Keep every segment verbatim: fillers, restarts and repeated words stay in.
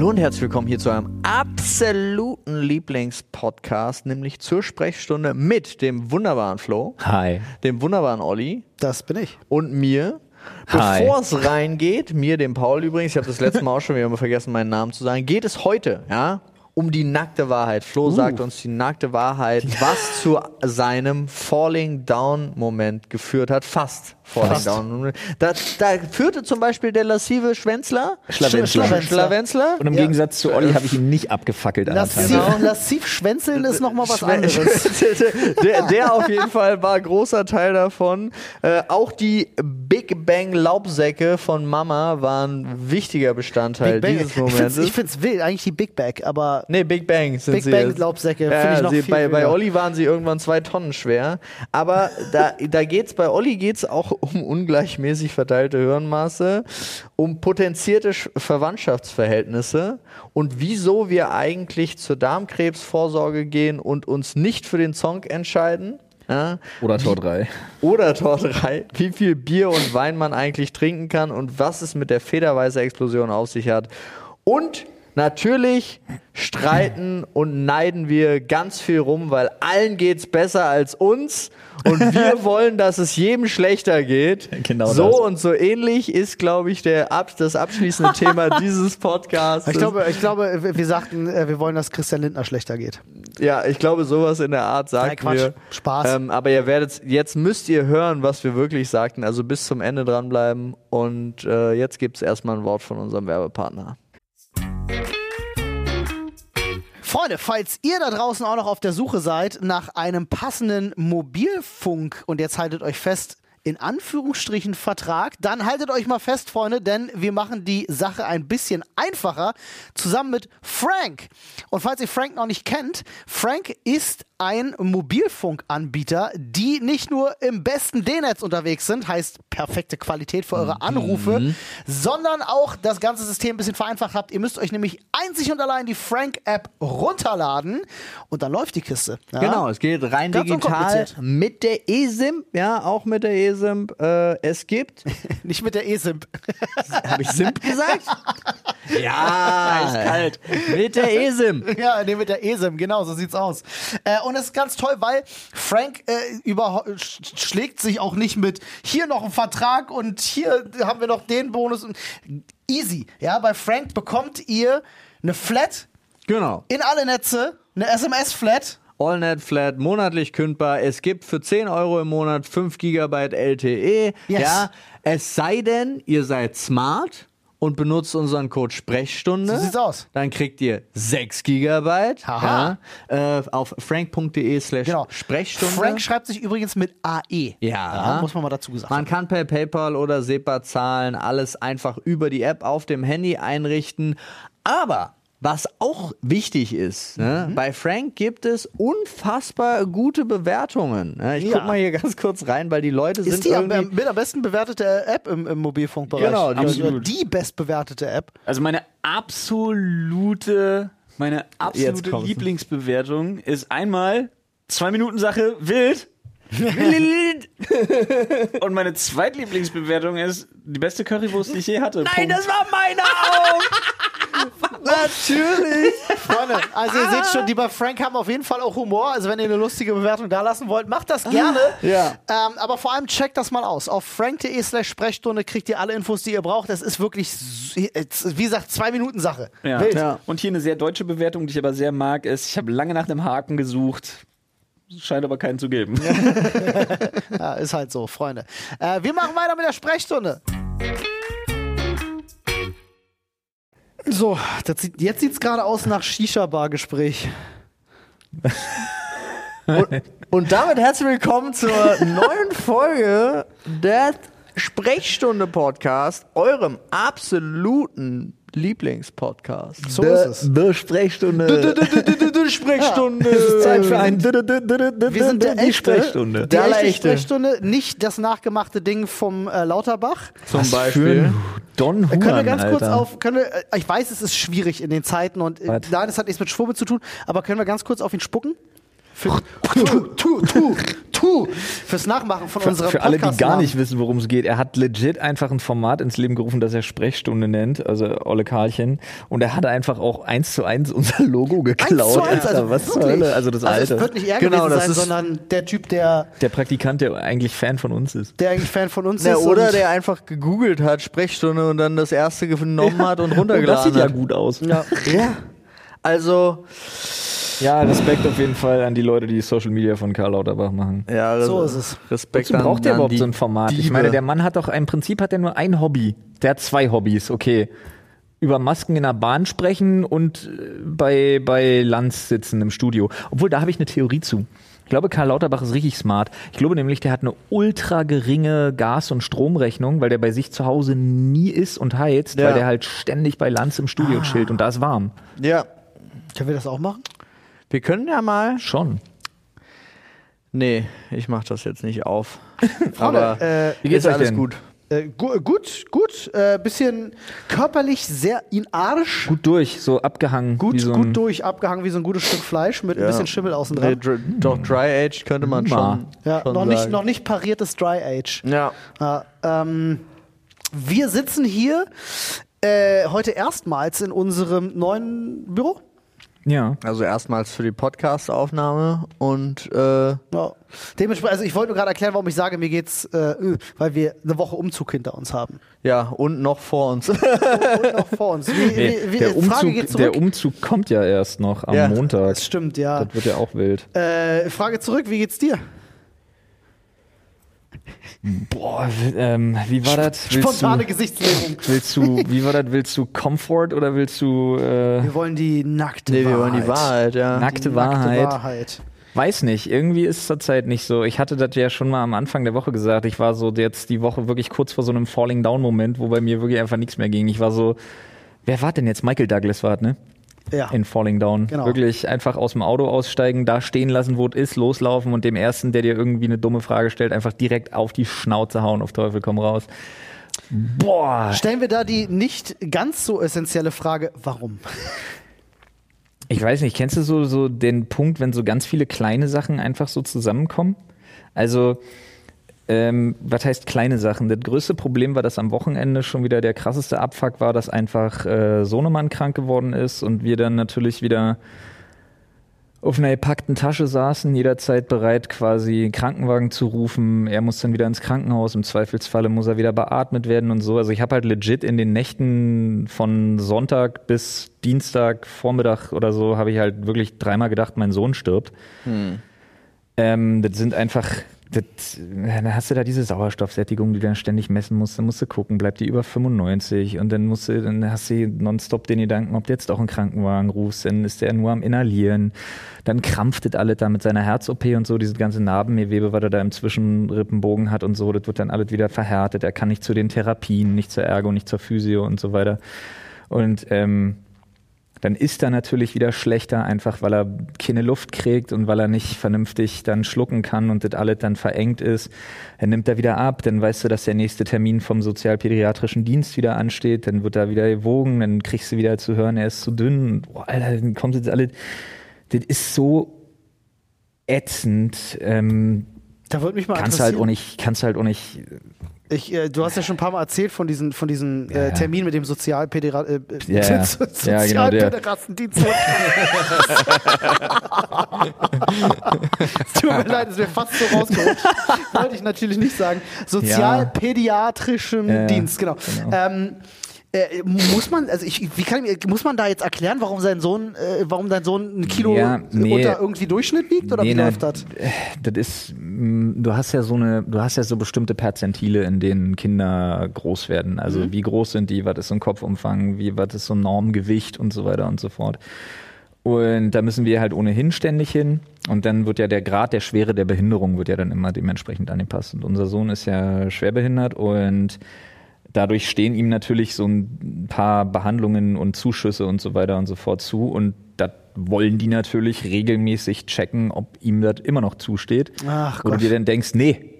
Hallo und herzlich willkommen hier zu einem absoluten Lieblingspodcast, nämlich zur Sprechstunde mit dem wunderbaren Flo. Hi. Dem wunderbaren Olli. Das bin ich. Und mir. Hi. Bevor es reingeht, mir, dem Paul übrigens, ich habe das letzte Mal auch schon wieder vergessen, meinen Namen zu sagen, geht es heute, ja, um die nackte Wahrheit. Flo uh. sagt uns die nackte Wahrheit, was zu seinem Falling-Down-Moment geführt hat. Fast Falling-Down-Moment. Da, da führte zum Beispiel der lassive Schwänzler. Schlawenzler. Schlawenzler. Und im ja. Gegensatz zu Olli habe ich ihn nicht abgefackelt. Lassiv, genau. Lassiv schwänzeln ist nochmal was Schwä- anderes. der, der auf jeden Fall war großer Teil davon. Äh, auch die Big Bang Laubsäcke von Mama waren ein wichtiger Bestandteil Big Bang. dieses Momentes. Ich finde es wild, eigentlich die Big Bag, aber Nee, Big Bang sind Big sie Bang jetzt. Laubsäcke Ja, finde ich noch sie, viel bei, bei wilder. Olli waren sie irgendwann zwei Tonnen schwer. Aber da, da geht's, bei Olli geht's auch um ungleichmäßig verteilte Hirnmaße, um potenzierte Sch- Verwandtschaftsverhältnisse und wieso wir eigentlich zur Darmkrebsvorsorge gehen und uns nicht für den Song entscheiden. Ja, Oder Tor drei. oder Tor drei, wie viel Bier und Wein man eigentlich trinken kann und was es mit der Federweißer-Explosion auf sich hat. Und natürlich streiten und neiden wir ganz viel rum, weil allen geht's besser als uns und wir wollen, dass es jedem schlechter geht. Genau so das. und so ähnlich ist, glaube ich, der Ab- das abschließende Thema dieses Podcasts. ich glaube, ich glaube, wir sagten, wir wollen, dass Christian Lindner schlechter geht. Ja, ich glaube, sowas in der Art Nein, sagten Quatsch. wir. Spaß. Ähm, aber ihr werdet, jetzt müsst ihr hören, was wir wirklich sagten. Also bis zum Ende dranbleiben. Und äh, jetzt gibt es erstmal ein Wort von unserem Werbepartner. Freunde, falls ihr da draußen auch noch auf der Suche seid nach einem passenden Mobilfunk und jetzt haltet euch fest, in Anführungsstrichen Vertrag, dann haltet euch mal fest, Freunde, denn wir machen die Sache ein bisschen einfacher zusammen mit Frank. Und falls ihr Frank noch nicht kennt, Frank ist ein Mobilfunkanbieter, die nicht nur im besten D-Netz unterwegs sind, heißt perfekte Qualität für eure Anrufe, mhm. sondern auch das ganze System ein bisschen vereinfacht habt. Ihr müsst euch nämlich einzig und allein die Frank-App runterladen und dann läuft die Kiste. Ja? Genau, es geht rein Ganz digital unkompliziert. mit der eSIM, ja, auch mit der eSIM. Äh, es gibt, Nicht mit der eSIM. habe ich SIM gesagt? Ja, Eiskalt. mit der eSIM. Ja, nee, mit der eSIM, genau, so sieht's aus. Äh, und es ist ganz toll, weil Frank äh, über, sch- schlägt sich auch nicht mit hier noch ein Vertrag und hier haben wir noch den Bonus. Und easy, ja, bei Frank bekommt ihr eine Flat Genau. in alle Netze, eine S M S-Flat. AllNet Flat, monatlich kündbar. Es gibt für zehn Euro im Monat fünf Gigabyte L T E. Yes. Ja, es sei denn, ihr seid smart und benutzt unseren Code Sprechstunde. So sieht's aus. Dann kriegt ihr sechs Gigabyte Haha. ja, äh, auf frank.de slash Genau. Sprechstunde. Frank schreibt sich übrigens mit A E. Ja. Muss man mal dazu gesagt Man haben. kann per PayPal oder SEPA zahlen, alles einfach über die App auf dem Handy einrichten. Aber was auch wichtig ist, ne, Mhm. bei Frank gibt es unfassbar gute Bewertungen. Ne, ich Ja. guck mal hier ganz kurz rein, weil die Leute sind Ist die am, irgendwie... mit am besten bewertete App im, im Mobilfunkbereich. Genau, die- also absolut. die bestbewertete App. Also meine absolute, meine Jetzt absolute kommt's. Lieblingsbewertung ist einmal zwei Minuten Sache wild. Und meine zweitlieblingsbewertung ist die beste Currywurst, die ich je hatte. Nein, das war meine auch! Natürlich! Freunde, also ihr seht schon, die bei Frank haben auf jeden Fall auch Humor. Also wenn ihr eine lustige Bewertung da lassen wollt, macht das gerne. Ja. Ähm, aber vor allem checkt das mal aus. Auf frank.de slash Sprechstunde kriegt ihr alle Infos, die ihr braucht. Das ist wirklich, wie gesagt, zwei Minuten Sache. Ja. Wild. Ja. Und hier eine sehr deutsche Bewertung, die ich aber sehr mag, ist, ich habe lange nach dem Haken gesucht. Scheint aber keinen zu geben. Ja, ist halt so, Freunde. Äh, wir machen weiter mit der Sprechstunde. So, das sieht, jetzt sieht es gerade aus nach Shisha-Bar-Gespräch. Und, und damit herzlich willkommen zur neuen Folge des Sprechstunde-Podcast, eurem absoluten Lieblingspodcast. So ist es. The Sprechstunde. Sprechstunde. Es ist Zeit für ein Wir sind der die echte, Sprechstunde. Die Der echte Echte. Sprechstunde, nicht das nachgemachte Ding vom äh, Lauterbach. Zum Beispiel. Don Juan, Können wir ganz kurz Alter. auf, können wir, äh, ich weiß, es ist schwierig in den Zeiten und äh, Was? nein, es hat nichts mit Schwurbel zu tun, aber können wir ganz kurz auf ihn spucken? Für, tu, tu, tu, tu, Puh, fürs Nachmachen von Für, unserem für alle, die Podcast gar nicht wissen, worum es geht, er hat legit einfach ein Format ins Leben gerufen, das er Sprechstunde nennt, also Olle Karlchen. Und er hat einfach auch eins zu eins unser Logo geklaut. Eins zu eins, Alter, also was zur wirklich? Hölle, also das Also Alte. es wird nicht er Genau, gewesen das sein, ist- sondern der Typ, der, Der Praktikant, der eigentlich Fan von uns ist. der eigentlich Fan von uns Ja, ist. oder und- der einfach gegoogelt hat, Sprechstunde, und dann das erste genommen hat und Und das runtergeladen sieht ja hat. gut aus. Ja. Ja. Also, Ja, Respekt auf jeden Fall an die Leute, die Social Media von Karl Lauterbach machen. ja, So ist es. Respekt Wozu an, braucht der an überhaupt die so ein Format? Ich Diebe. meine, der Mann hat doch, im Prinzip hat er nur ein Hobby. Der hat zwei Hobbys, okay. Über Masken in der Bahn sprechen und äh, bei, bei Lanz sitzen im Studio. Obwohl, da habe ich eine Theorie zu. Ich glaube, Karl Lauterbach ist richtig smart. Ich glaube nämlich, der hat eine ultra geringe Gas- und Stromrechnung, weil der bei sich zu Hause nie isst und heizt, Ja. weil der halt ständig bei Lanz im Studio Ah. chillt und da ist warm. Ja, Können wir das auch machen? wir können ja mal. Schon. Nee, ich mach das jetzt nicht auf. Freunde, Aber äh, Wie geht's ist euch alles denn? gut. Äh, gu gut, gut. Äh, bisschen körperlich sehr in Arsch. Gut durch, so abgehangen. Gut, wie so gut ein, durch, abgehangen wie so ein gutes Stück Fleisch mit ein Ja. bisschen Schimmel außen Nee, dran. dr doch Dry Age könnte man Ma. schon. Ja, schon noch nicht, sagen. noch nicht pariertes Dry Age. Ja. Ja, ähm, wir sitzen hier äh, heute erstmals in unserem neuen Büro. Ja. Also erstmals für die Podcast-Aufnahme und äh, Ja. Dementsprechend, also ich wollte nur gerade erklären, warum ich sage, mir geht's, äh, weil wir eine Woche Umzug hinter uns haben. ja, und noch vor uns. Und noch vor uns. Wie, Nee, wie, wie, der, Frage geht Umzug, der zurück. Umzug kommt ja erst noch am Ja. Montag. Das stimmt, ja. Das wird ja auch wild. Äh, Frage zurück, wie geht's dir? Boah, w- ähm, wie war das? Willst Spontane du, Gesichtslähmung. willst du, wie war das? Willst du Comfort oder willst du äh, Wir wollen die nackte Nee, wir Wahrheit. wollen die Wahrheit, ja. nackte Die Wahrheit? Nackte Wahrheit. Weiß nicht, irgendwie ist es zurzeit nicht so. Ich hatte das ja schon mal am Anfang der Woche gesagt. Ich war so jetzt die Woche wirklich kurz vor so einem Falling-Down-Moment, wo bei mir wirklich einfach nichts mehr ging. Ich war so, wer war denn jetzt? Michael Douglas war, ne? Ja. In Falling Down. Genau. Wirklich einfach aus dem Auto aussteigen, da stehen lassen, wo es ist, loslaufen und dem Ersten, der dir irgendwie eine dumme Frage stellt, einfach direkt auf die Schnauze hauen, auf Teufel komm raus. Boah. Stellen wir da die nicht ganz so essentielle Frage, warum? Ich weiß nicht, kennst du so, so den Punkt, wenn so ganz viele kleine Sachen einfach so zusammenkommen? Also, ähm, was heißt kleine Sachen? Das größte Problem war, dass am Wochenende schon wieder der krasseste Abfuck war, dass einfach äh, Sohnemann krank geworden ist und wir dann natürlich wieder auf einer gepackten Tasche saßen, jederzeit bereit quasi einen Krankenwagen zu rufen. Er muss dann wieder ins Krankenhaus, im Zweifelsfalle muss er wieder beatmet werden und so. Also ich habe halt legit in den Nächten von Sonntag bis Dienstag Vormittag oder so, habe ich halt wirklich dreimal gedacht, mein Sohn stirbt. Hm. Ähm, das sind einfach, das, dann hast du da diese Sauerstoffsättigung, die du dann ständig messen musst. Dann musst du gucken, bleibt die über fünfundneunzig und dann musst du, dann hast du nonstop den Gedanken, ob du jetzt auch einen Krankenwagen rufst, dann ist der nur am Inhalieren. Dann krampft das alles da mit seiner Herz-O P und so, diese ganze Narbengewebe, was er da im Zwischenrippenbogen hat und so, das wird dann alles wieder verhärtet. Er kann nicht zu den Therapien, nicht zur Ergo, nicht zur Physio und so weiter. Und ähm, dann ist er natürlich wieder schlechter, einfach weil er keine Luft kriegt und weil er nicht vernünftig dann schlucken kann und das alles dann verengt ist. Dann nimmt er wieder ab, dann weißt du, dass der nächste Termin vom sozialpädiatrischen Dienst wieder ansteht, dann wird er wieder gewogen, dann kriegst du wieder zu hören, er ist zu dünn. Boah, Alter, dann kommt jetzt alles. Das ist so ätzend. Ähm, Da würde mich mal kannst halt auch interessieren. nicht, kannst halt auch nicht. Ich, äh, du hast ja schon ein paar Mal erzählt von diesen, von diesen Ja, äh, ja. Termin mit dem Sozialpädera äh, Ja, ja. So- Ja, genau, der. Sozialpäderastendienst. Es tut mir leid, es wäre fast so rausgerutscht. Wollte ich natürlich nicht sagen. Sozialpädiatrischen Ja, Dienst, genau. genau. Ähm, äh, muss man, also ich, wie kann ich, muss man da jetzt erklären, warum sein Sohn, äh, warum dein Sohn ein Kilo Ja, nee. unter irgendwie Durchschnitt liegt oder Nee, wie na, läuft das? Das ist, mh, du hast ja so eine, du hast ja so bestimmte Perzentile, in denen Kinder groß werden. Also Mhm. wie groß sind die, was ist so ein Kopfumfang, wie was ist so ein Normgewicht und so weiter und so fort. Und da müssen wir halt ohnehin ständig hin. Und dann wird ja der Grad der Schwere der Behinderung wird ja dann immer dementsprechend angepasst. Und unser Sohn ist ja schwerbehindert und dadurch stehen ihm natürlich so ein paar Behandlungen und Zuschüsse und so weiter und so fort zu. Und das wollen die natürlich regelmäßig checken, ob ihm das immer noch zusteht. Ach Wo du Gott. dir dann denkst, nee,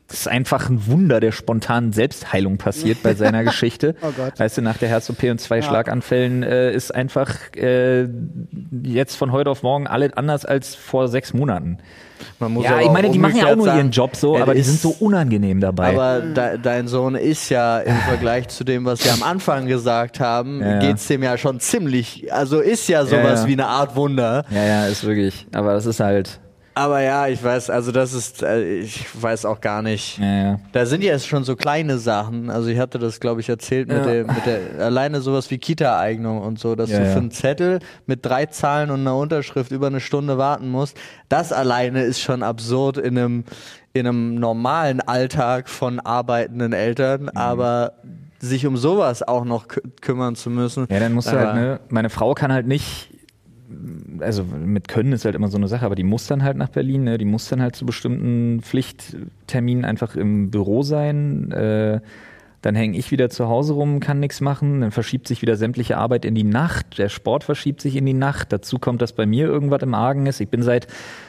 Das ist einfach ein Wunder der spontanen Selbstheilung passiert bei seiner Geschichte. Oh Gott. Weißt du, nach der Herz-O P und zwei Ja. Schlaganfällen äh, ist einfach äh, jetzt von heute auf morgen alles anders als vor sechs Monaten. Man muss Ja, aber ich meine, auch die machen ja auch umgekehrt nur sagen, ihren Job so, es aber die ist- sind so unangenehm dabei. Aber de, dein Sohn ist ja im Vergleich zu dem, was wir am Anfang gesagt haben, Ja, ja. geht's dem ja schon ziemlich, also ist ja sowas ja. wie eine Art Wunder. ja, ja, ist wirklich. Aber das ist halt. Aber ja, ich weiß, also das ist, äh, ich weiß auch gar nicht. Ja, ja. Da sind ja schon so kleine Sachen. Also ich hatte das, glaube ich, erzählt mit, Ja. der, mit der, alleine sowas wie Kita-Eignung und so, dass Ja, du ja. für einen Zettel mit drei Zahlen und einer Unterschrift über eine Stunde warten musst. Das alleine ist schon absurd in einem, in einem normalen Alltag von arbeitenden Eltern, Mhm. aber sich um sowas auch noch kü- kümmern zu müssen. Ja, dann musst du äh, halt, ne, meine Frau kann halt nicht, also mit Können ist halt immer so eine Sache, aber die muss dann halt nach Berlin, ne, die muss dann halt zu bestimmten Pflichtterminen einfach im Büro sein, äh, dann hänge ich wieder zu Hause rum, kann nichts machen, dann verschiebt sich wieder sämtliche Arbeit in die Nacht, der Sport verschiebt sich in die Nacht, dazu kommt, dass bei mir irgendwas im Argen ist, ich bin seit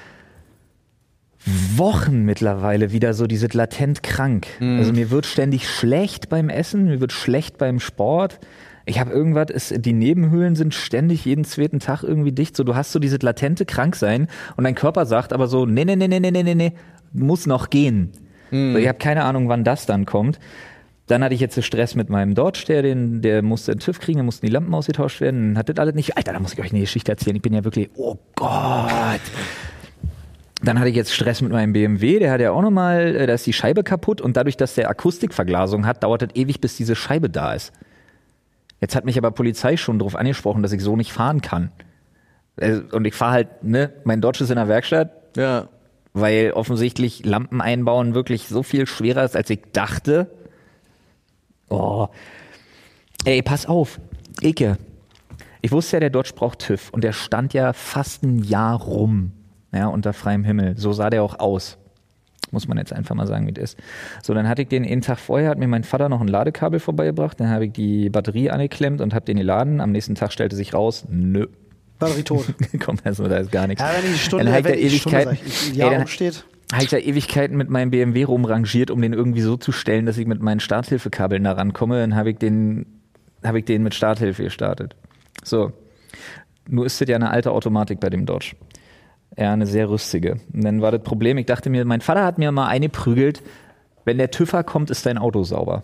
Wochen mittlerweile wieder so diese latent krank. Also mir wird ständig schlecht beim Essen, mir wird schlecht beim Sport. Ich habe irgendwas, ist, die Nebenhöhlen sind ständig jeden zweiten Tag irgendwie dicht. So, du hast so dieses latente Kranksein und dein Körper sagt aber so, nee, nee, nee, nee, nee, nee, nee, muss noch gehen. So, ich habe keine Ahnung, wann das dann kommt. Dann hatte ich jetzt so Stress mit meinem Dodge, der, den, der musste einen TÜV kriegen, da mussten die Lampen ausgetauscht werden, hat das alles nicht. Alter, da muss ich euch eine Geschichte erzählen. Ich bin ja wirklich, oh Gott. Dann hatte ich jetzt Stress mit meinem B M W, der hat ja auch nochmal, äh, da ist die Scheibe kaputt und dadurch, dass der Akustikverglasung hat, dauert es ewig, bis diese Scheibe da ist. Jetzt hat mich aber Polizei schon darauf angesprochen, dass ich so nicht fahren kann. Äh, Und ich fahre halt, ne, mein Dodge ist in der Werkstatt, Ja. weil offensichtlich Lampen einbauen wirklich so viel schwerer ist, als ich dachte. Oh. Ey, pass auf, Ike. Ich wusste ja, der Dodge braucht TÜV und der stand ja fast ein Jahr rum. Ja, unter freiem Himmel. So sah der auch aus. Muss man jetzt einfach mal sagen, wie das ist. So, dann hatte ich den einen Tag vorher, hat mir mein Vater noch ein Ladekabel vorbeigebracht, dann habe ich die Batterie angeklemmt und habe den geladen. Am nächsten Tag stellte sich raus, nö. Batterie tot. Komm, also da ist gar nichts. Ja, wenn die Stunde, Dann hab ich wenn da die Stunde Ewigkeiten, sag ich, ein ey, Jahr dann rumsteht. habe ich da Ewigkeiten mit meinem B M W rumrangiert, um den irgendwie so zu stellen, dass ich mit meinen Starthilfekabeln da rankomme. Dann habe ich den, habe ich den mit Starthilfe gestartet. So. Nur ist das ja eine alte Automatik bei dem Dodge. Ja, eine sehr rüstige. Und dann war das Problem, ich dachte mir, mein Vater hat mir mal eingeprügelt, wenn der TÜVer kommt, ist dein Auto sauber.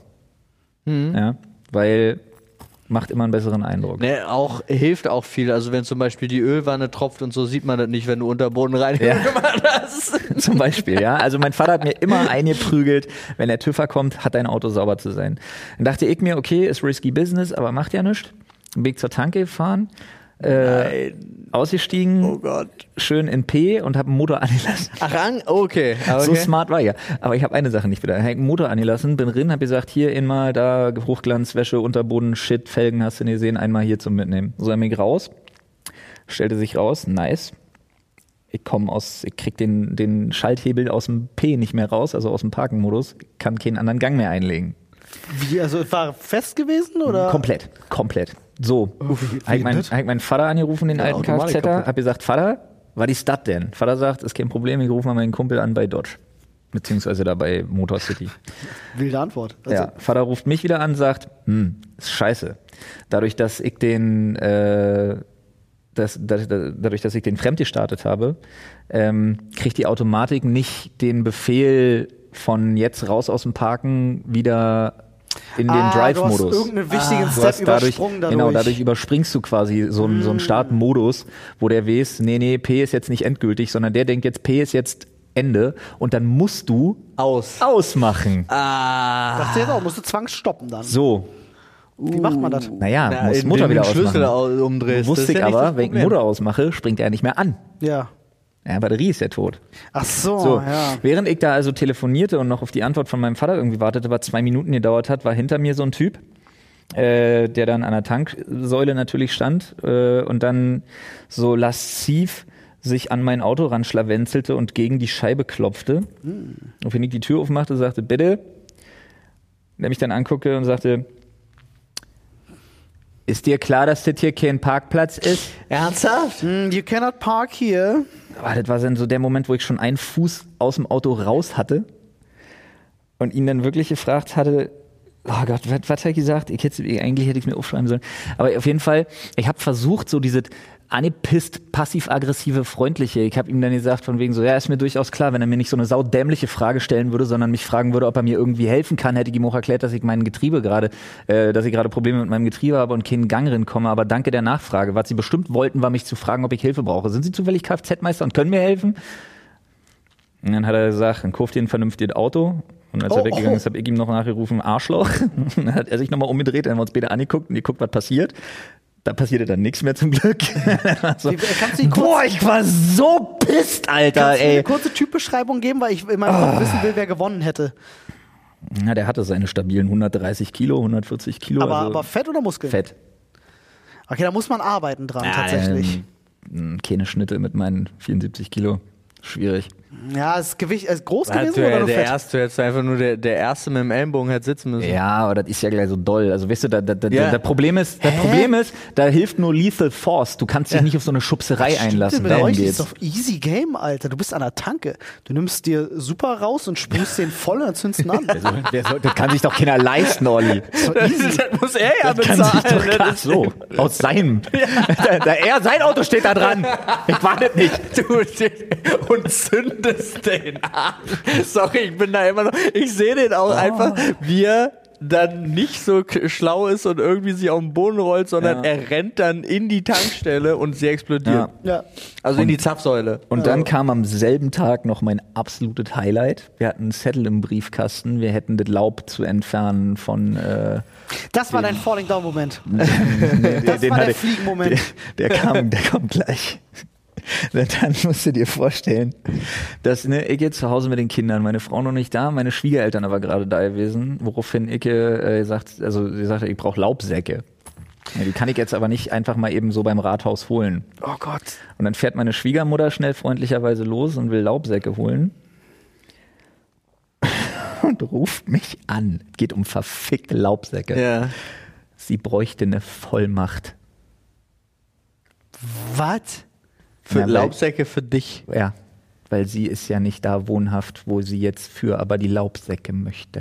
Ja, weil macht immer einen besseren Eindruck. Ne, auch, hilft auch viel. Also wenn zum Beispiel die Ölwanne tropft und so, sieht man das nicht, wenn du Unterbodenreinigung Ja. gemacht hast. Zum Beispiel, ja. Also mein Vater hat mir immer eingeprügelt, wenn der TÜVer kommt, hat dein Auto sauber zu sein. Dann dachte ich mir, okay, ist risky business, aber macht ja nichts. Bin ich zur Tanke gefahren, äh, ausgestiegen, Oh Gott. schön in P und habe einen Motor angelassen. Ach, an? Okay. okay. So smart war ich ja. Aber ich habe eine Sache nicht wieder. Ich habe einen Motor angelassen, bin drin, habe gesagt, hier einmal da Hochglanz, Wäsche, Unterboden, Shit, Felgen hast du nicht gesehen, einmal hier zum Mitnehmen. So dann bin ich raus, stellte sich raus, nice. Ich komme aus, ich krieg den, den Schalthebel aus dem P nicht mehr raus, also aus dem Parkenmodus, kann keinen anderen Gang mehr einlegen. Wie, also war fest gewesen oder? Komplett, komplett. So, wie- habe wie ich, mein, nett. hab ich meinen Vater angerufen, den Ja, alten Automatik Kfz-er, kaputt. hab gesagt, Vater, was ist das denn? Vater sagt, ist kein Problem, ich rufe mal meinen Kumpel an bei Dodge. Beziehungsweise da bei Motor City. Wilde Antwort. Also, Ja, Vater ruft mich wieder an, sagt, hm, ist scheiße. Dadurch, dass ich den, äh, das, das, das, dadurch, dass ich den fremd gestartet habe, ähm, kriegt die Automatik nicht den Befehl von jetzt raus aus dem Parken wieder in den Ah, du hast Drive-Modus. irgendeinen wichtigen Du Step hast dadurch, übersprungen dadurch. genau, dadurch überspringst du quasi so einen, so einen Startmodus, wo der weiß, nee, nee, P ist jetzt nicht endgültig, sondern der denkt jetzt, P ist jetzt Ende und dann musst du Aus. ausmachen. Ah. Dachte jetzt auch, musst du zwangsstoppen dann. So, Wie macht man das? naja, Na, muss indem Motor du wieder den Schlüssel ausmachen. au- umdrehst. Wusste Das ist ich ja nicht aber, das wenn ich den Problem. Motor ausmache, springt er nicht mehr an. Ja. Ja, Batterie ist ja tot. Ach so, So, ja. während ich da also telefonierte und noch auf die Antwort von meinem Vater irgendwie wartete, was zwei Minuten gedauert hat, war hinter mir so ein Typ, äh, der dann an der Tanksäule natürlich stand äh, und dann so lasziv sich an mein Auto ranschlawenzelte und gegen die Scheibe klopfte. Hm. Und wenn ich die Tür aufmachte, sagte, bitte, der mich dann anguckte und sagte, ist dir klar, dass das hier kein Parkplatz ist? Ernsthaft? Hm, you cannot park here. Ah, das war dann so der Moment, wo ich schon einen Fuß aus dem Auto raus hatte. und ihn dann wirklich gefragt hatte, oh Gott, was, was hat er gesagt? Ich hätte, eigentlich hätte ich es mir aufschreiben sollen. Aber auf jeden Fall, ich habe versucht, so diese angepisst, passiv-aggressive, freundliche. Ich habe ihm dann gesagt, von wegen so, ja, ist mir durchaus klar, wenn er mir nicht so eine saudämliche Frage stellen würde, sondern mich fragen würde, ob er mir irgendwie helfen kann, hätte ich ihm auch erklärt, dass ich mein Getriebe gerade, äh, dass ich gerade Probleme mit meinem Getriebe habe und keinen Gang rinkomme. Aber danke der Nachfrage. Was sie bestimmt wollten, war mich zu fragen, ob ich Hilfe brauche. Sind Sie zufällig Kfz-Meister und können mir helfen? Und dann hat er gesagt, dann kauft ihr ein vernünftiges Auto. Und als Oh, er weggegangen oh. ist, habe ich ihm noch nachgerufen, Arschloch. Und dann hat er sich nochmal umgedreht, dann haben wir uns beide angeguckt und geguckt, was passiert. Da passierte dann nichts mehr zum Glück. so, Wie- kannst du ihn kurz- boah, ich war so pisst, Alter, Kannst du mir ey. eine kurze Typbeschreibung geben, weil ich in meinem Kopf wissen will, wer gewonnen hätte. Na, der hatte seine stabilen hundertdreißig Kilo, hundertvierzig Kilo. Aber, also aber Fett oder Muskeln? Fett. Okay, da muss man arbeiten dran, tatsächlich. Ähm, keine Schnitte mit meinen vierundsiebzig Kilo. Schwierig. Ja, ist Gewicht ist groß gewesen Der, oder nur der fett? erste, jetzt einfach nur der, der erste mit dem Ellenbogen hätte sitzen müssen. Ja, aber das ist ja gleich so doll. Also weißt du, da, da, da, Ja. das Problem ist, das Hä? Problem ist, da hilft nur Lethal Force. Du kannst dich nicht auf so eine Schubserei Stimmt, einlassen. mit Darum euch geht's. ist doch easy game, Alter. Du bist an der Tanke. Du nimmst dir super raus und sprühst den voll und dann zündest ihn an. Wer soll, wer soll, das kann sich doch keiner leisten, Olli. So easy. Das muss er ja Das kann sich bezahlen. doch ne? krass so. Aus seinem. Da, da er, sein Auto steht da dran. Ich war das nicht. Du den- und zündest den an. Sorry, ich bin da immer noch. Ich sehe den auch einfach, wie er dann nicht so k- schlau ist und irgendwie sich auf den Boden rollt, sondern Ja. er rennt dann in die Tankstelle und sie explodiert. Ja. Ja. Also in die Zapfsäule. Und dann kam am selben Tag noch mein absolutes Highlight. Wir hatten einen Zettel im Briefkasten. Wir hätten das Laub zu entfernen von. Äh, Das war dein Falling Down Moment. nee, Das war der hatte- Fliegenmoment. Der, der kam, der kommt gleich. Dann musst du dir vorstellen, dass ne, ich jetzt zu Hause mit den Kindern, meine Frau noch nicht da, meine Schwiegereltern aber gerade da gewesen, woraufhin ich äh, sagt, also sie sagte, ich brauche Laubsäcke. Ja, die kann ich jetzt aber nicht einfach mal eben so beim Rathaus holen. Oh Gott. Und dann fährt meine Schwiegermutter schnell freundlicherweise los und will Laubsäcke holen. Und ruft mich an. Geht um verfickte Laubsäcke. Ja. Sie bräuchte eine Vollmacht. Was? Für Ja, weil- Laubsäcke für dich. Ja, weil sie ist ja nicht da wohnhaft, wo sie jetzt für aber die Laubsäcke möchte.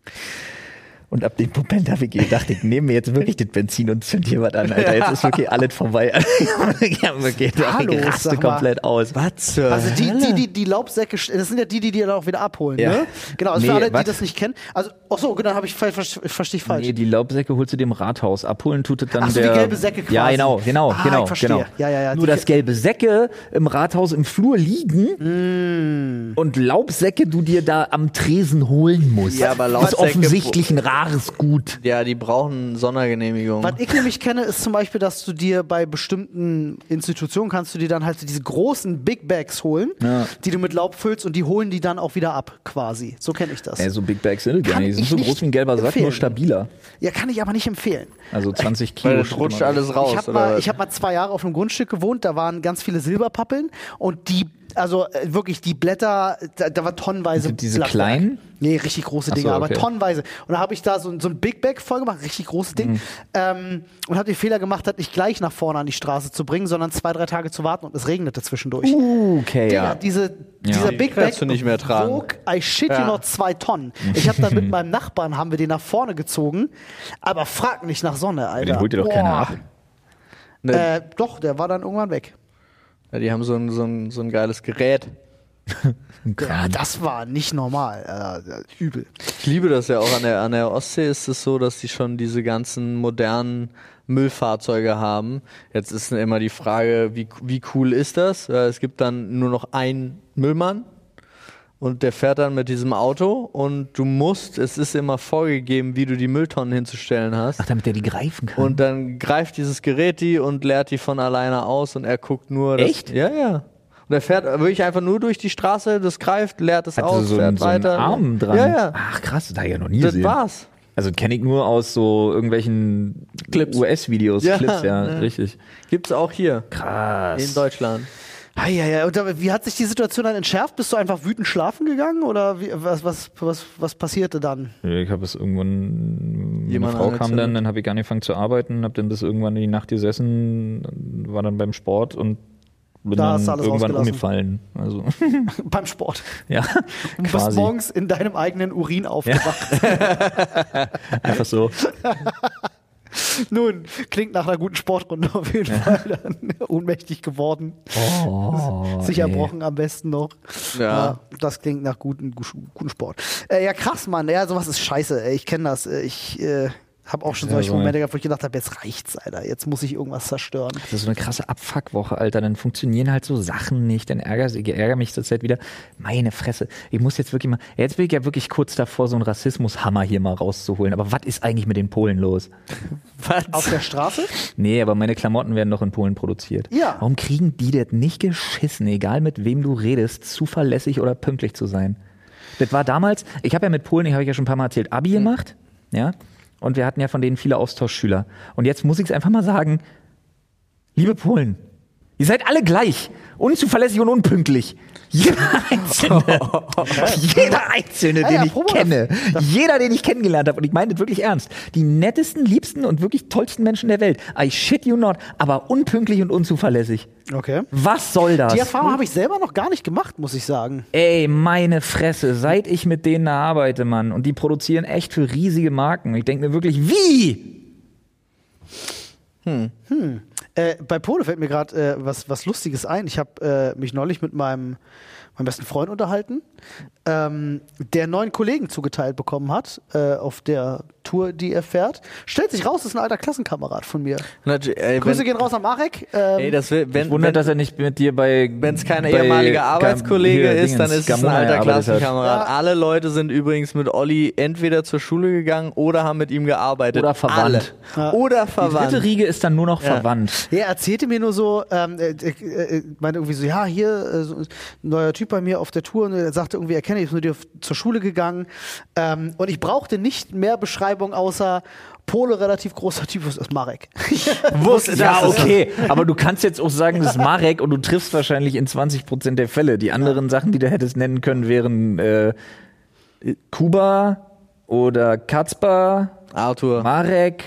Und ab dem Moment habe ich gedacht, ich nehme mir jetzt wirklich das Benzin und zünd hier was an, Alter. Jetzt ist wirklich alles vorbei. Ich habe wirklich Hallo, ich raste sag mal. komplett aus. Was zur Also die, Hölle? die, die, die Laubsäcke, das sind ja die, die die dann auch wieder abholen, Ja. ne? Genau, also Nee, für alle, die was? das nicht kennen. Also, ach so, genau, habe ich ver- ver- verstehe ich falsch. Nee, die Laubsäcke holst du dem Rathaus. Abholen tut es dann Ach so, der... die gelbe Säcke quasi. Ja, genau, genau, Ah, genau. ich verstehe. genau. Ja, ja, ja, Nur, die- dass gelbe Säcke im Rathaus im Flur liegen und Laubsäcke du dir da am Tresen holen musst. Ja, aber das ist Laubsäcke- offensichtlich ein rares Gut. Ja, die brauchen Sondergenehmigung. Was ich nämlich kenne, ist zum Beispiel, dass du dir bei bestimmten Institutionen kannst du dir dann halt diese großen Big Bags holen, Ja. die du mit Laub füllst und die holen die dann auch wieder ab, quasi. So kenne ich das. Ja, so Big Bags sind gar Kann nicht. Die sind ich so nicht groß wie ein gelber Sack, nur empfehlen. stabiler. Ja, kann ich aber nicht empfehlen. Also zwanzig Kilo. Weil das steht rutscht immer alles raus. ich habe oder mal, was? ich hab mal zwei Jahre auf einem Grundstück gewohnt, da waren ganz viele Silberpappeln und die, also äh, wirklich die Blätter, da, da war tonnenweise Sind diese Blattwerk. kleinen? Nee, richtig große Ach so, Dinge, aber okay. tonnenweise. Und da habe ich da so, so ein Big Bag voll gemacht, richtig großes Ding. Mhm. Ähm, und habe den Fehler gemacht, das nicht gleich nach vorne an die Straße zu bringen, sondern zwei, drei Tage zu warten und es regnete zwischendurch. Uh, okay, Digga, ja. diese, dieser Die Big Bag kannst du nicht mehr tragen. wog, I shit you Ja. not, zwei Tonnen. Ich habe dann mit meinem Nachbarn, haben wir den nach vorne gezogen, aber frag nicht nach Sonne, Alter. Den holt dir doch keiner Boah. ab. Ne, Äh, doch, der war dann irgendwann weg. ja, die haben so ein, so, ein, so ein geiles Gerät. Ja, das war nicht normal. Äh, übel. Ich liebe das ja auch an der, an der Ostsee ist es so, dass die schon diese ganzen modernen Müllfahrzeuge haben. Jetzt ist immer die Frage, wie, wie cool ist das? Äh, Es gibt dann nur noch einen Müllmann und der fährt dann mit diesem Auto und du musst, es ist immer vorgegeben, wie du die Mülltonnen hinzustellen hast. Ach, damit der die greifen kann. Und dann greift dieses Gerät die und leert die von alleine aus und er guckt nur. Dass, Echt? Ja, ja. Und er fährt wirklich einfach nur durch die Straße, das greift, leert es Hat aus, so, fährt einen, so einen weiter. Arm dran. Ja, ja. Ach krass, das habe ich ja noch nie Das gesehen. war's. Also kenne ich nur aus so irgendwelchen Clips. U S-Videos, Ja, Clips, ja, ja. richtig. Gibt's auch hier Krass. in Deutschland. Ja, ja, ja. Und da, wie hat sich die Situation dann entschärft? Bist du einfach wütend schlafen gegangen oder wie, was, was, was, was passierte dann? Ich habe es irgendwann, meine Jemand Frau kam angezündet. dann, dann habe ich angefangen zu arbeiten, habe dann bis irgendwann in die Nacht gesessen, war dann beim Sport und bin Da dann hast du alles irgendwann rausgelassen. umgefallen. Also, Beim Sport. ja, Du bist quasi. morgens in deinem eigenen Urin aufgewacht. Einfach so. Nun, klingt nach einer guten Sportrunde auf jeden Fall. Dann ohnmächtig geworden. Oh, Sich ey. erbrochen am besten noch. Ja. Das klingt nach guten, guten Sport. Äh, ja, krass, Mann. Ja, sowas ist scheiße. Ey. Ich kenne das. Äh, Ich äh, habe auch schon Ja, solche so Momente gehabt, wo ich gedacht habe, jetzt reicht's, Alter. Jetzt muss ich irgendwas zerstören. Das ist so eine krasse Abfuckwoche, Alter. Dann funktionieren halt so Sachen nicht. Dann ärgere ich ärgere mich zur Zeit wieder. Meine Fresse. Ich muss jetzt wirklich mal, jetzt bin ich ja wirklich kurz davor, so einen Rassismushammer hier mal rauszuholen. Aber was ist eigentlich mit den Polen los? Was? Auf der Straße? Nee, aber meine Klamotten werden doch in Polen produziert. Ja. Warum kriegen die das nicht geschissen, egal mit wem du redest, zuverlässig oder pünktlich zu sein? Das war damals, ich habe ja mit Polen, ich habe ich ja schon ein paar Mal erzählt, Abi gemacht, ja, und wir hatten ja von denen viele Austauschschüler. Und jetzt muss ich es einfach mal sagen, liebe Polen, ihr seid alle gleich, unzuverlässig und unpünktlich. Jeder Einzelne, jeder Einzelne, Ja, den ja, ich Probe, kenne, jeder, den ich kennengelernt habe, und ich meine das wirklich ernst, die nettesten, liebsten und wirklich tollsten Menschen der Welt, I shit you not, aber unpünktlich und unzuverlässig. Okay. Was soll das? Die Erfahrung habe ich selber noch gar nicht gemacht, muss ich sagen. Ey, meine Fresse, seit ich mit denen arbeite, Mann, und die produzieren echt für riesige Marken. Ich denke mir wirklich, wie? Äh, bei Pole fällt mir gerade äh, was, was Lustiges ein. Ich habe äh, mich neulich mit meinem, meinem besten Freund unterhalten, ähm, der neuen Kollegen zugeteilt bekommen hat äh, auf der Tour, die er fährt. Stellt sich raus, das ist ein alter Klassenkamerad von mir. Natürlich, ey, Grüße wenn, gehen raus an Marek. Ähm, ey, das will, wenn, Wundert, wenn, dass er nicht mit dir bei. wenn es kein bei ehemaliger Gam- Arbeitskollege hier, ist, dann Dingens, ist es ein Gamona alter gearbeitet hat. Klassenkamerad. Ja. Alle Leute sind übrigens mit Olli entweder zur Schule gegangen oder haben mit ihm gearbeitet. Oder verwandt. Alle. Oder Die verwandt. dritte Riege ist dann nur noch Ja. verwandt. Er erzählte mir nur so, ähm, äh, äh, äh, meinte irgendwie so, ja, hier, äh, so ein neuer Typ bei mir auf der Tour, und er sagte irgendwie, er kenne ich, ist mit dir auf- zur Schule gegangen, ähm, und ich brauchte nicht mehr Beschreibung, außer Pole, relativ großer Typ, was ist Marek? Wusste Ja, das ist- okay, aber du kannst jetzt auch sagen, das ist Marek und du triffst wahrscheinlich in zwanzig Prozent der Fälle. Die anderen Sachen, die du hättest nennen können, wären äh, Kuba oder Katzbar, Arthur. Marek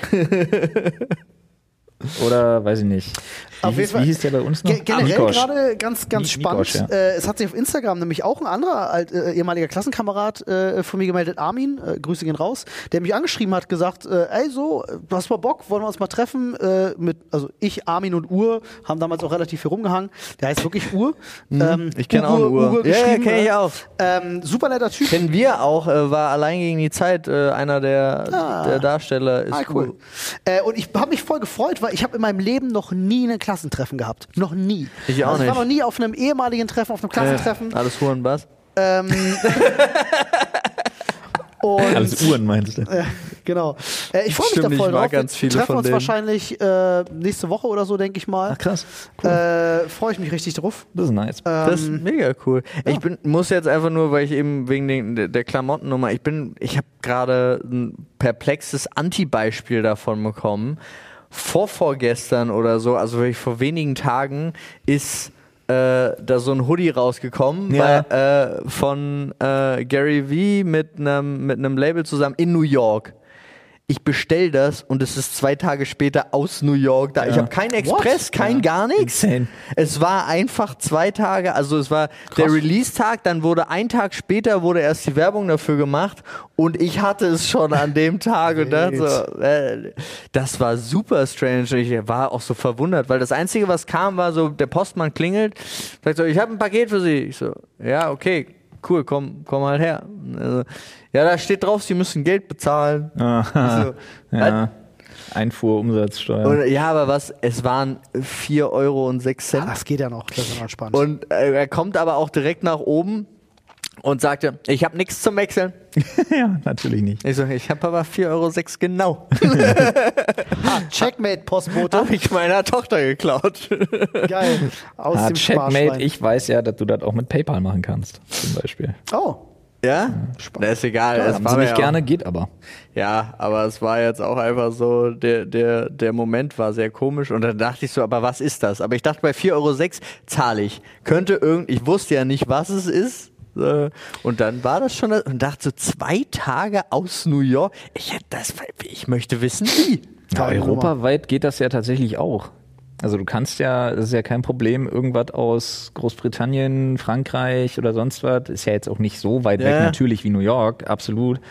oder weiß ich nicht. Wie, Auf jeden hieß, Fall. wie hieß der bei uns noch? Ge generell Mikosch. gerade ganz, ganz Mi- spannend. Mikosch, ja. äh, es hat sich auf Instagram nämlich auch ein anderer alt, äh, ehemaliger Klassenkamerad äh, von mir gemeldet, Armin, äh, Grüße gehen raus, der mich angeschrieben hat, gesagt, äh, ey so, du hast mal Bock, wollen wir uns mal treffen? Äh, mit, also ich, Armin und Ur haben damals auch relativ viel rumgehangen. Der heißt wirklich Ur. Ähm, Ich kenne auch einen Uwe- Uhr. Uwe Ja, ja, geschrieben, kenne ich äh, auch. Ähm, super netter Typ. Kennen wir auch, äh, war allein gegen die Zeit äh, einer der, Ah. der Darsteller. Ist Ah, cool. Äh, und ich habe mich voll gefreut, weil ich habe in meinem Leben noch nie ein Klassentreffen gehabt. Noch nie. Ich auch also ich war nicht. noch nie auf einem ehemaligen Treffen, auf einem Klassentreffen. Äh, alles Hurenbass. Ähm, und Alles Uhren meinst du? äh, genau. Äh, ich freue mich Stimmt, da voll ich mag drauf. ganz viele Wir treffen von uns denen. wahrscheinlich äh, nächste Woche oder so, denke ich mal. Ach krass. Äh, freue ich mich richtig drauf. Das ist nice. Das ist Ähm, mega cool. Ich bin, muss jetzt einfach nur, weil ich eben wegen den, der- der Klamottennummer, ich bin, ich habe gerade ein perplexes Anti-Beispiel davon bekommen. Vor vorgestern oder so, also wirklich vor wenigen Tagen, ist äh, da so ein Hoodie rausgekommen Ja. bei, äh, von äh, Gary Vee mit einem mit einem Label zusammen in New York. Ich bestell das und es ist zwei Tage später aus New York da. Ich habe keinen Express, kein gar nichts. Insane. Es war einfach zwei Tage, also es war der Release-Tag, dann wurde ein Tag später wurde erst die Werbung dafür gemacht und ich hatte es schon an dem Tag und dachte so, äh, das war super strange. Ich war auch so verwundert, weil das Einzige, was kam, war so, der Postmann klingelt, sagt so, ich habe ein Paket für Sie. Ich so, ja, okay, cool, komm, komm halt her. Also, ja, da steht drauf, Sie müssen Geld bezahlen. Aha. So, Ja. Einfuhrumsatzsteuer. Und, ja, aber was, es waren vier Euro und sechs Cent. ah, das geht ja noch. Das ist noch entspannt. Und äh, er kommt aber auch direkt nach oben und sagte, ich habe nichts zum Wechseln. Ja, natürlich nicht. Ich so, ich habe aber vier Euro sechs genau. ah, Checkmate, Postbote. Habe ich meiner Tochter geklaut. Geil. Aus Ah, dem Checkmate, Sparschwein. ich weiß ja, dass du das auch mit PayPal machen kannst, zum Beispiel. Oh. Ja? Das ist egal. es Haben war sie mir nicht ja gerne, geht aber. Auch, ja, aber es war jetzt auch einfach so, der, der, der Moment war sehr komisch und dann dachte ich so, aber was ist das? Aber ich dachte, bei vier Euro sechs zahle ich. Könnte irgend, ich wusste ja nicht, was es ist. Äh, Und dann war das schon, und dachte so, zwei Tage aus New York. Ich, hätte das, ich möchte wissen, wie. Ja, Geile Nummer. europaweit geht das ja tatsächlich auch. Also du kannst ja, das ist ja kein Problem, irgendwas aus Großbritannien, Frankreich oder sonst was, ist ja jetzt auch nicht so weit Ja. weg, natürlich wie New York, absolut.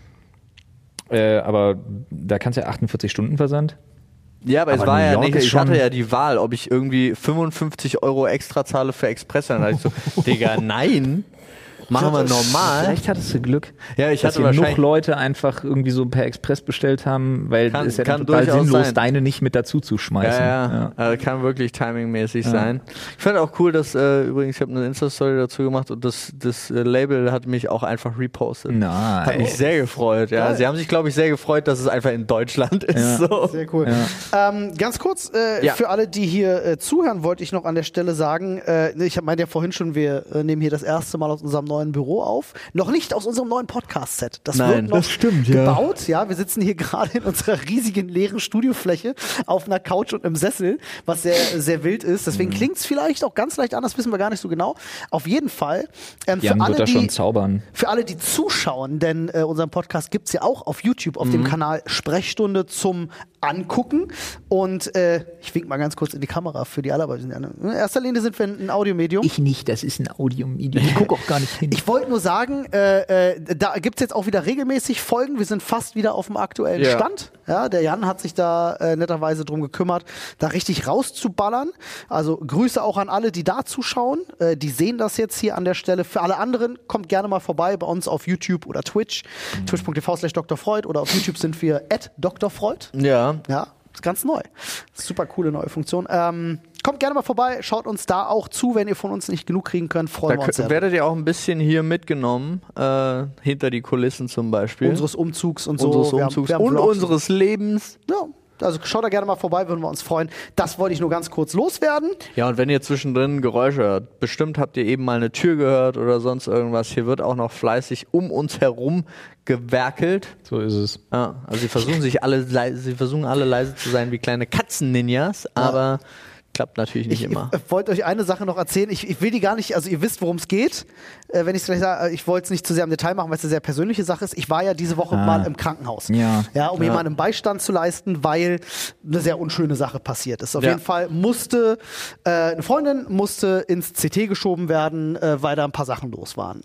Äh, aber da kannst du ja achtundvierzig Stunden Versand. Ja, aber, Aber es war New ja York nicht, ist ich hatte schon- ja die Wahl, ob ich irgendwie fünfundfünfzig Euro extra zahle für Express. Dann dachte ich so, Digga, nein, machen wir normal. Vielleicht hattest du Glück, Ja, ich dass hatte hier genug wahrscheinlich- Leute einfach irgendwie so per Express bestellt haben, weil Kann- es ist ja kann dann total durchaus sinnlos, sein. deine nicht mit dazu zu Ja, schmeißen. ja, Also kann wirklich timingmäßig sein. Ich fand auch cool, dass, äh, übrigens, ich habe eine Insta-Story dazu gemacht und das, das äh, Label hat mich auch einfach repostet. Nice. Hat mich sehr gefreut, ja. Geil. Sie haben sich, glaube ich, sehr gefreut, dass es einfach in Deutschland ist. Ja. So. Sehr cool. Ähm, ganz kurz, äh, Ja. für alle, die hier äh, zuhören, wollte ich noch an der Stelle sagen, äh, ich hab- meinte ja vorhin schon, wir äh, nehmen hier das erste Mal aus unserem neuen Büro auf. Noch nicht aus unserem neuen Podcast-Set. Das Nein, wird noch das stimmt, ja. gebaut. Ja. Wir sitzen hier gerade in unserer riesigen leeren Studiofläche auf einer Couch und einem Sessel, was sehr, sehr wild ist. Mhm. Deswegen klingt es vielleicht auch ganz leicht anders, wissen wir gar nicht so genau. Auf jeden Fall. Ähm, Jan für alle, wird da die, schon zaubern. für alle, die zuschauen, denn äh, unseren Podcast gibt's ja auch auf YouTube, auf Mhm. dem Kanal Sprechstunde zum Angucken. Und äh, ich wink mal ganz kurz in die Kamera für die alle. In erster Linie sind wir ein Audiomedium. Ich nicht, das ist ein Audiomedium. Ich gucke auch gar nicht hin. Ich wollte nur sagen, äh, äh, da gibt's jetzt auch wieder regelmäßig Folgen. Wir sind fast wieder auf dem aktuellen Ja. Stand. Ja, der Jan hat sich da äh, netterweise drum gekümmert, da richtig rauszuballern. Also Grüße auch an alle, die da zuschauen. Äh, die sehen das jetzt hier an der Stelle. Für alle anderen, kommt gerne mal vorbei bei uns auf YouTube oder Twitch. Mhm. twitch punkt t v slash Doktor Freud oder auf YouTube sind wir at Doktor Freud. Ja. Ja, ist ganz neu. Super coole neue Funktion. Ähm, kommt gerne mal vorbei, schaut uns da auch zu, wenn ihr von uns nicht genug kriegen könnt. Freuen Da wir uns kö- sehr. werdet ihr auch ein bisschen hier mitgenommen, äh, hinter die Kulissen zum Beispiel. Unseres Umzugs und so. unseres Wir haben- Umzugs wir haben und Vlogs. unseres Lebens. Ja, also schaut da gerne mal vorbei, würden wir uns freuen. Das wollte ich nur ganz kurz loswerden. Ja, und wenn ihr zwischendrin Geräusche hört, bestimmt habt ihr eben mal eine Tür gehört oder sonst irgendwas. Hier wird auch noch fleißig um uns herum gewerkelt. So ist es. Ja, also sie versuchen sich alle, leise, sie versuchen alle leise zu sein wie kleine Katzen-Ninjas, aber klappt natürlich nicht Ich, immer. ich äh, wollte euch eine Sache noch erzählen. Ich, ich will die gar nicht, also ihr wisst, worum es geht. Äh, wenn ich es gleich sage, ich wollte es nicht zu sehr im Detail machen, weil es eine sehr persönliche Sache ist. Ich war ja diese Woche Ah. mal im Krankenhaus. Ja. Ja, um Ja. jemandem Beistand zu leisten, weil eine sehr unschöne Sache passiert ist. Auf Ja. jeden Fall musste äh, eine Freundin musste ins C T geschoben werden, äh, weil da ein paar Sachen los waren.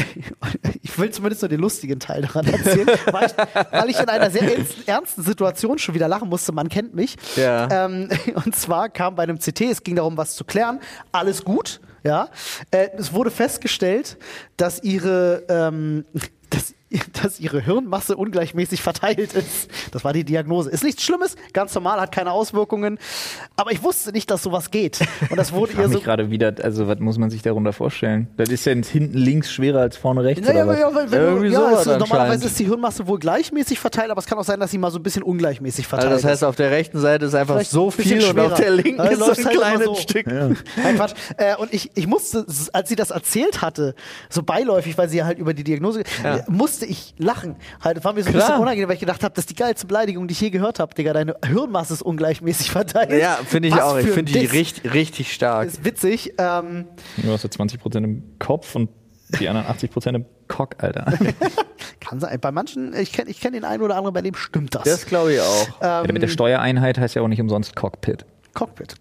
Ich will zumindest nur den lustigen Teil daran erzählen, weil, ich, weil ich in einer sehr ernsten, ernsten Situation schon wieder lachen musste. Man kennt mich. Ja. Ähm, und zwar kam bei einem C T, es ging darum, was zu klären. Alles gut, ja. Äh, es wurde festgestellt, dass ihre, ähm, dass, dass ihre Hirnmasse ungleichmäßig verteilt ist. Das war die Diagnose. Ist nichts Schlimmes, ganz normal, hat keine Auswirkungen. Aber ich wusste nicht, dass sowas geht. Und das wurde Ich frage ihr so. mich gerade wieder, also was muss man sich darunter vorstellen? Das ist ja hinten links schwerer als vorne rechts Naja, oder was? ja, wenn, wenn Irgendwie du, ja, sowas es, normalerweise anscheinend. ist die Hirnmasse wohl gleichmäßig verteilt, aber es kann auch sein, dass sie mal so ein bisschen ungleichmäßig verteilt Also das heißt, ist. auf der rechten Seite ist einfach Vielleicht so ein bisschen viel und auf schwerer. der linken Ja, ist so läuft's ein halt immer kleines so. Stück. Nein, Quatsch. Äh, und ich, ich musste, als sie das erzählt hatte, so beiläufig, weil sie ja halt über die Diagnose, Ja. äh, musste ich lachen. Halt, das war mir so ein Klar. bisschen unangenehm, weil ich gedacht habe, das ist die geilste Beleidigung, die ich je gehört habe, Digga. Deine Hirnmasse ist ungleichmäßig verteilt. Ja, finde ich Was auch. Ich für ein finde die Diss. richtig, richtig stark. Ist witzig. Ähm, Du hast ja zwanzig Prozent im Kopf und die anderen achtzig Prozent im Cock, Alter. kann sein. Bei manchen, ich kenne ich kenn den einen oder anderen, bei dem stimmt das. Das glaube ich auch. Ja, mit der Steuereinheit heißt ja auch nicht umsonst Cockpit. Cockpit.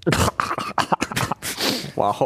Wow.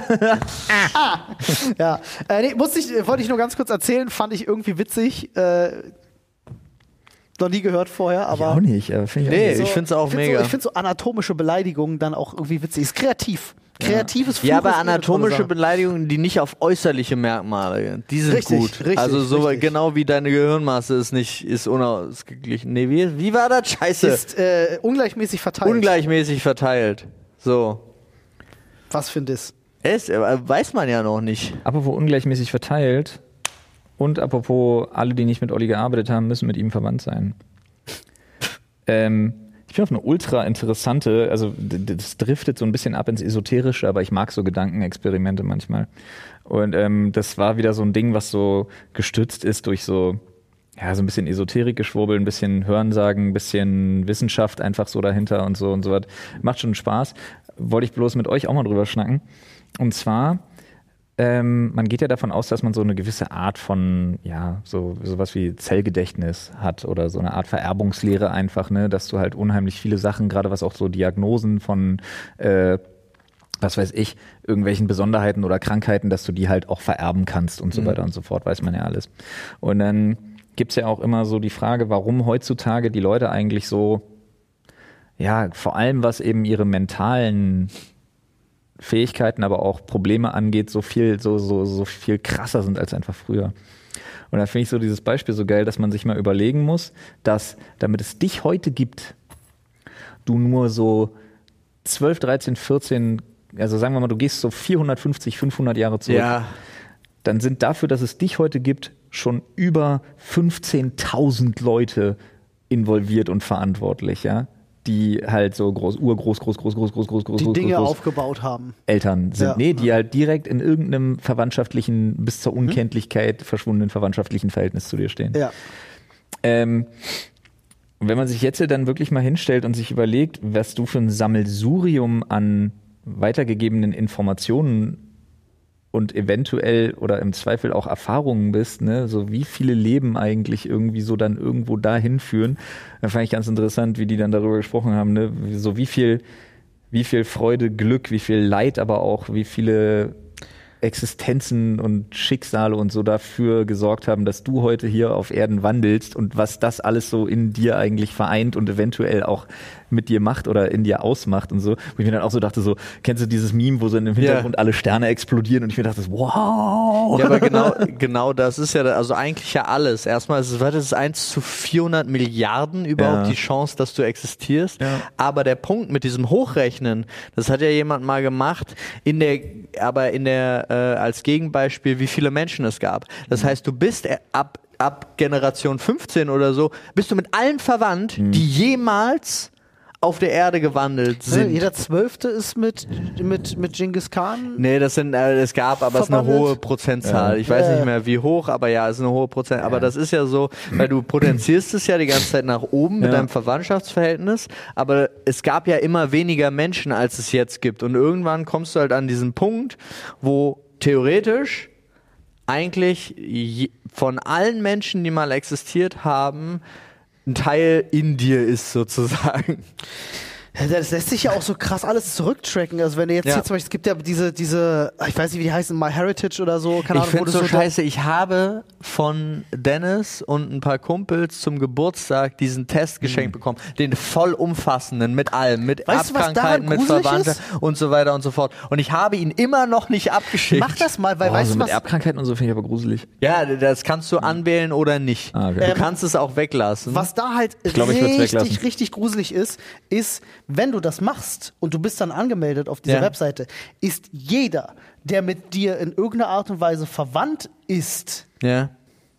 Ja, äh, nee, musste ich, wollte ich nur ganz kurz erzählen, fand ich irgendwie witzig. Äh, noch nie gehört vorher, aber. ich auch nicht, aber finde ich Nee, auch nicht. ich find's auch ich find mega. So, ich finde so anatomische Beleidigungen dann auch irgendwie witzig. Ist kreativ. Kreatives Ja, Fluch aber ist eine tolle anatomische Sache. Beleidigungen, die nicht auf äußerliche Merkmale gehen, die sind Richtig, gut. richtig, also so richtig. genau wie deine Gehirnmasse ist nicht ist unausgeglichen. Nee, wie, wie war das? Scheiße. Ist äh, ungleichmäßig verteilt. Ungleichmäßig verteilt. So. Was für ein Diss. Es, aber weiß man ja noch nicht. Apropos ungleichmäßig verteilt und apropos alle, die nicht mit Olli gearbeitet haben, müssen mit ihm verwandt sein. ähm, ich bin auf eine ultra interessante, also d- das driftet so ein bisschen ab ins Esoterische, aber ich mag so Gedankenexperimente manchmal. Und ähm, das war wieder so ein Ding, was so gestützt ist durch so, ja, so ein bisschen Esoterik-Geschwurbel, ein bisschen Hörensagen, ein bisschen Wissenschaft einfach so dahinter und so und so was. Macht schon Spaß. Wollte ich bloß mit euch auch mal drüber schnacken. Und zwar ähm, man geht ja davon aus, dass man so eine gewisse Art von, ja, so sowas wie Zellgedächtnis hat oder so eine Art Vererbungslehre einfach, ne, dass du halt unheimlich viele Sachen, gerade was auch so Diagnosen von, äh, was weiß ich, irgendwelchen Besonderheiten oder Krankheiten, dass du die halt auch vererben kannst und so Mhm. weiter und so fort, weiß man ja alles. Und dann gibt's ja auch immer so die Frage, warum heutzutage die Leute eigentlich so, ja, vor allem was eben ihre mentalen Fähigkeiten, aber auch Probleme angeht, so viel, so, so, so viel krasser sind als einfach früher. Und da finde ich so dieses Beispiel so geil, dass man sich mal überlegen muss, dass, damit es dich heute gibt, du nur so zwölf, dreizehn, vierzehn, also sagen wir mal, du gehst so vierhundertfünfzig, fünfhundert Jahre zurück, Ja, dann sind dafür, dass es dich heute gibt, schon über fünfzehntausend Leute involviert und verantwortlich, ja, die halt so groß, urgroß, groß, groß, groß, groß, groß, groß, Die groß, Dinge groß, aufgebaut haben. Eltern sind, Ja. nee, die halt direkt in irgendeinem verwandtschaftlichen, bis zur Unkenntlichkeit verschwundenen verwandtschaftlichen Verhältnis zu dir stehen. Ja. Ähm, und wenn man sich jetzt dann wirklich mal hinstellt und sich überlegt, was du für ein Sammelsurium an weitergegebenen Informationen und eventuell oder im Zweifel auch Erfahrungen bist, ne, so wie viele Leben eigentlich irgendwie so dann irgendwo dahin führen, dann fand ich ganz interessant, wie die dann darüber gesprochen haben, ne, so wie viel, wie viel Freude, Glück, wie viel Leid, aber auch wie viele Existenzen und Schicksale und so dafür gesorgt haben, dass du heute hier auf Erden wandelst und was das alles so in dir eigentlich vereint und eventuell auch mit dir macht oder in dir ausmacht und so. Wo ich mir dann auch so dachte, so, kennst du dieses Meme, wo so im Hintergrund Ja. alle Sterne explodieren und ich mir dachte, wow. Ja, aber genau, genau das ist ja, also eigentlich ja alles. Erstmal ist es, was ist es, eins zu vierhundert Milliarden überhaupt Ja. die Chance, dass du existierst. Ja. Aber der Punkt mit diesem Hochrechnen, das hat ja jemand mal gemacht, in der, aber in der, äh, als Gegenbeispiel, wie viele Menschen es gab. Das heißt, du bist äh, ab, ab Generation fünfzehn oder so, bist du mit allen verwandt, die jemals auf der Erde gewandelt sind. Jeder Zwölfte ist mit, mit, mit Genghis Khan. Nee, das sind, äh, es gab, aber es ist eine Verwandelt? hohe Prozentzahl. Ja. Ich weiß Ja. nicht mehr wie hoch, aber ja, es ist eine hohe Prozent. Aber das ist ja so, weil du potenzierst es ja die ganze Zeit nach oben mit Ja. deinem Verwandtschaftsverhältnis, aber es gab ja immer weniger Menschen, als es jetzt gibt. Und irgendwann kommst du halt an diesen Punkt, wo theoretisch eigentlich je, von allen Menschen, die mal existiert haben, ein Teil in dir ist sozusagen. Ja, das lässt sich ja auch so krass alles zurücktracken. Also wenn du jetzt Ja. hier zum Beispiel, es gibt ja diese, diese, ich weiß nicht, wie die heißen, MyHeritage oder so, keine Ich Ahnung, wo finde du so so scheiße, ich habe von Dennis und ein paar Kumpels zum Geburtstag diesen Test geschenkt bekommen, den vollumfassenden, mit allem, mit Weißt du, was daran Erbkrankheiten, mit gruselig Verwandten ist? und so weiter und so fort. Und ich habe ihn immer noch nicht abgeschickt. Mach das mal, weil Boah, weißt so du mit was? Erbkrankheiten und so finde ich aber gruselig. Ja, das kannst du anwählen oder nicht. Ah, okay. Du Ähm, kannst es auch weglassen. Was da halt glaub, ich würd's richtig, weglassen. richtig gruselig ist, ist, wenn du das machst und du bist dann angemeldet auf dieser Ja. Webseite, ist jeder, der mit dir in irgendeiner Art und Weise verwandt ist Ja.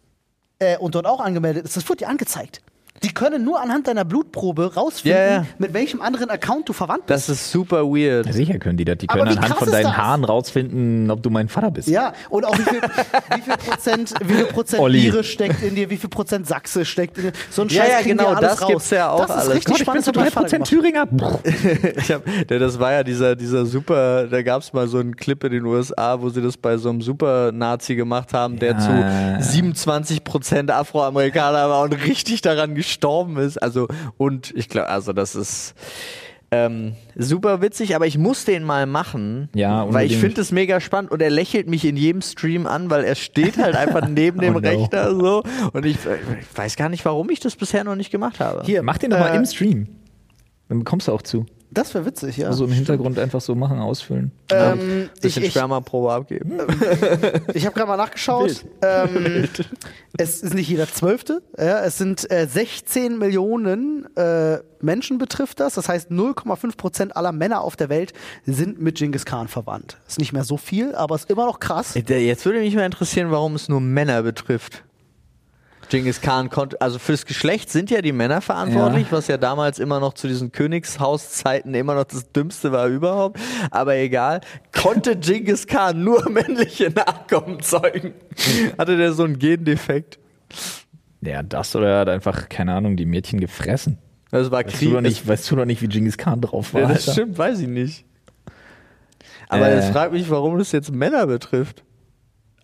äh, und dort auch angemeldet ist, das wird dir angezeigt. Die können nur anhand deiner Blutprobe rausfinden, Ja, ja. mit welchem anderen Account du verwandt bist. Das ist super weird. Ja, sicher können die das. Die Aber können wie anhand krass von ist deinen das? Haaren rausfinden, ob du mein Vater bist. Ja, und auch wie viel, wie viel Prozent, wie viel Prozent Olli. Ire steckt in dir, wie viel Prozent Sachse steckt in dir. So ein Ja, Scheiß ja, kriegen genau, die alles das raus. gibt's ja auch das ist alles. richtig Gott, ich bin spannend. zu das hat mein drei Prozent Vater gemacht. Thüringer. Ich hab, der, das war ja dieser, dieser super, da gab es mal so einen Clip in den U S A, wo sie das bei so einem Super-Nazi gemacht haben, der Ja. zu siebenundzwanzig Prozent Afroamerikaner war und richtig daran gestorben ist. Also, und ich glaube, also das ist ähm, super witzig, aber ich muss den mal machen, Ja, weil ich unbedingt. finde es mega spannend und er lächelt mich in jedem Stream an, weil er steht halt einfach neben dem Oh no. Rechner so und ich, ich weiß gar nicht, warum ich das bisher noch nicht gemacht habe. Hier, Mach den doch mal äh, im Stream. Dann bekommst du auch zu. Das wäre witzig, ja. Also im Hintergrund einfach so machen, ausfüllen. ähm, ich Bisschen ich, Spermaprobe abgeben. ich habe gerade mal nachgeschaut. Ähm, es ist nicht jeder Zwölfte. Ja, es sind äh, sechzehn Millionen äh, Menschen betrifft das. Das heißt, null Komma fünf Prozent aller Männer auf der Welt sind mit Genghis Khan verwandt. Ist nicht mehr so viel, aber ist immer noch krass. Jetzt würde mich mal interessieren, warum es nur Männer betrifft. Genghis Khan konnte, also fürs Geschlecht sind ja die Männer verantwortlich, Ja. was ja damals immer noch zu diesen Königshauszeiten immer noch das Dümmste war überhaupt. Aber egal, konnte Genghis Khan nur männliche Nachkommen zeugen? Hatte der so einen Gendefekt? Ja, das oder er hat einfach, keine Ahnung, die Mädchen gefressen. Das war Weißt Krieg. du doch nicht, weißt du doch nicht, wie Genghis Khan drauf war. Ja, das Alter. stimmt, weiß ich nicht. Aber Äh. das fragt mich, warum das jetzt Männer betrifft.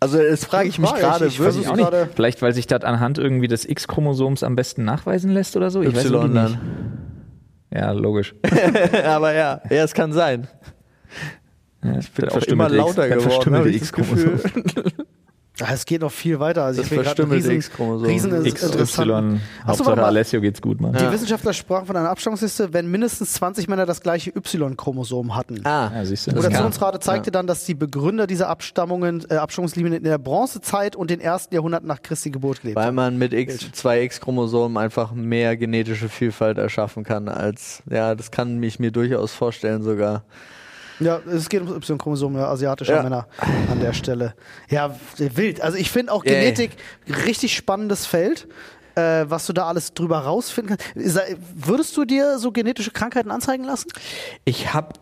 Also das frage ich mich Frage gerade ich. Ich wirklich. versuch's Auch nicht. gerade- Vielleicht, weil sich das anhand irgendwie des X-Chromosoms am besten nachweisen lässt oder so? Ich weiß Y wirklich nicht. dann. Ja, logisch. Aber ja, ja, es kann sein. Ja, Ich bin das auch immer verstümmelte lauter X- das geworden, habe verstümmelte ich das X-Chromosom. Gefühl. Ah, es geht noch viel weiter. Also Das ich bin gerade verstümmelte riesen, X-Chromosom. riesen X, interessant. Y, Achso, Hauptsache warte mal. Alessio geht's gut, Mann. Die Ja. Wissenschaftler sprachen von einer Abstammungsliste, wenn mindestens zwanzig Männer das gleiche Y-Chromosom hatten. Ah, Ja, siehst du. Die Das kann- Mutationsrate zeigte dann, dass die Begründer dieser Abstammungen, äh, Abstammungslinien in der Bronzezeit und den ersten Jahrhunderten nach Christi Geburt gelebt weil haben. man mit X, zwei X-Chromosomen einfach mehr genetische Vielfalt erschaffen kann als, ja, das kann ich mir durchaus vorstellen sogar. Ja, es geht ums Y-Chromosom ja, asiatischer Ja. Männer an der Stelle. Ja, wild. Also ich finde auch Yay. Genetik richtig spannendes Feld, äh, was du da alles drüber rausfinden kannst. Sei- Würdest du dir so genetische Krankheiten anzeigen lassen? Ich habe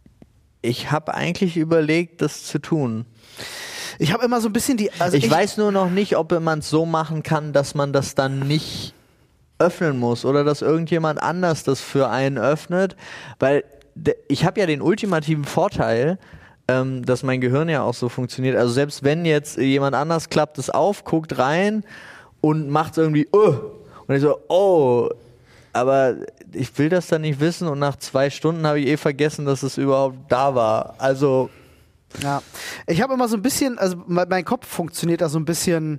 ich hab eigentlich überlegt, das zu tun. Ich habe immer so ein bisschen die... Also ich, weiß nur noch nicht, ob man es so machen kann, dass man das dann nicht öffnen muss oder dass irgendjemand anders das für einen öffnet, weil de- ich habe ja den ultimativen Vorteil, ähm, dass mein Gehirn ja auch so funktioniert. Also selbst wenn jetzt jemand anders klappt es auf, guckt rein und macht irgendwie uh, und ich so, oh, aber ich will das dann nicht wissen und nach zwei Stunden habe ich eh vergessen, dass es überhaupt da war. Also Ja, ich habe immer so ein bisschen, also mein, mein Kopf funktioniert da so ein bisschen,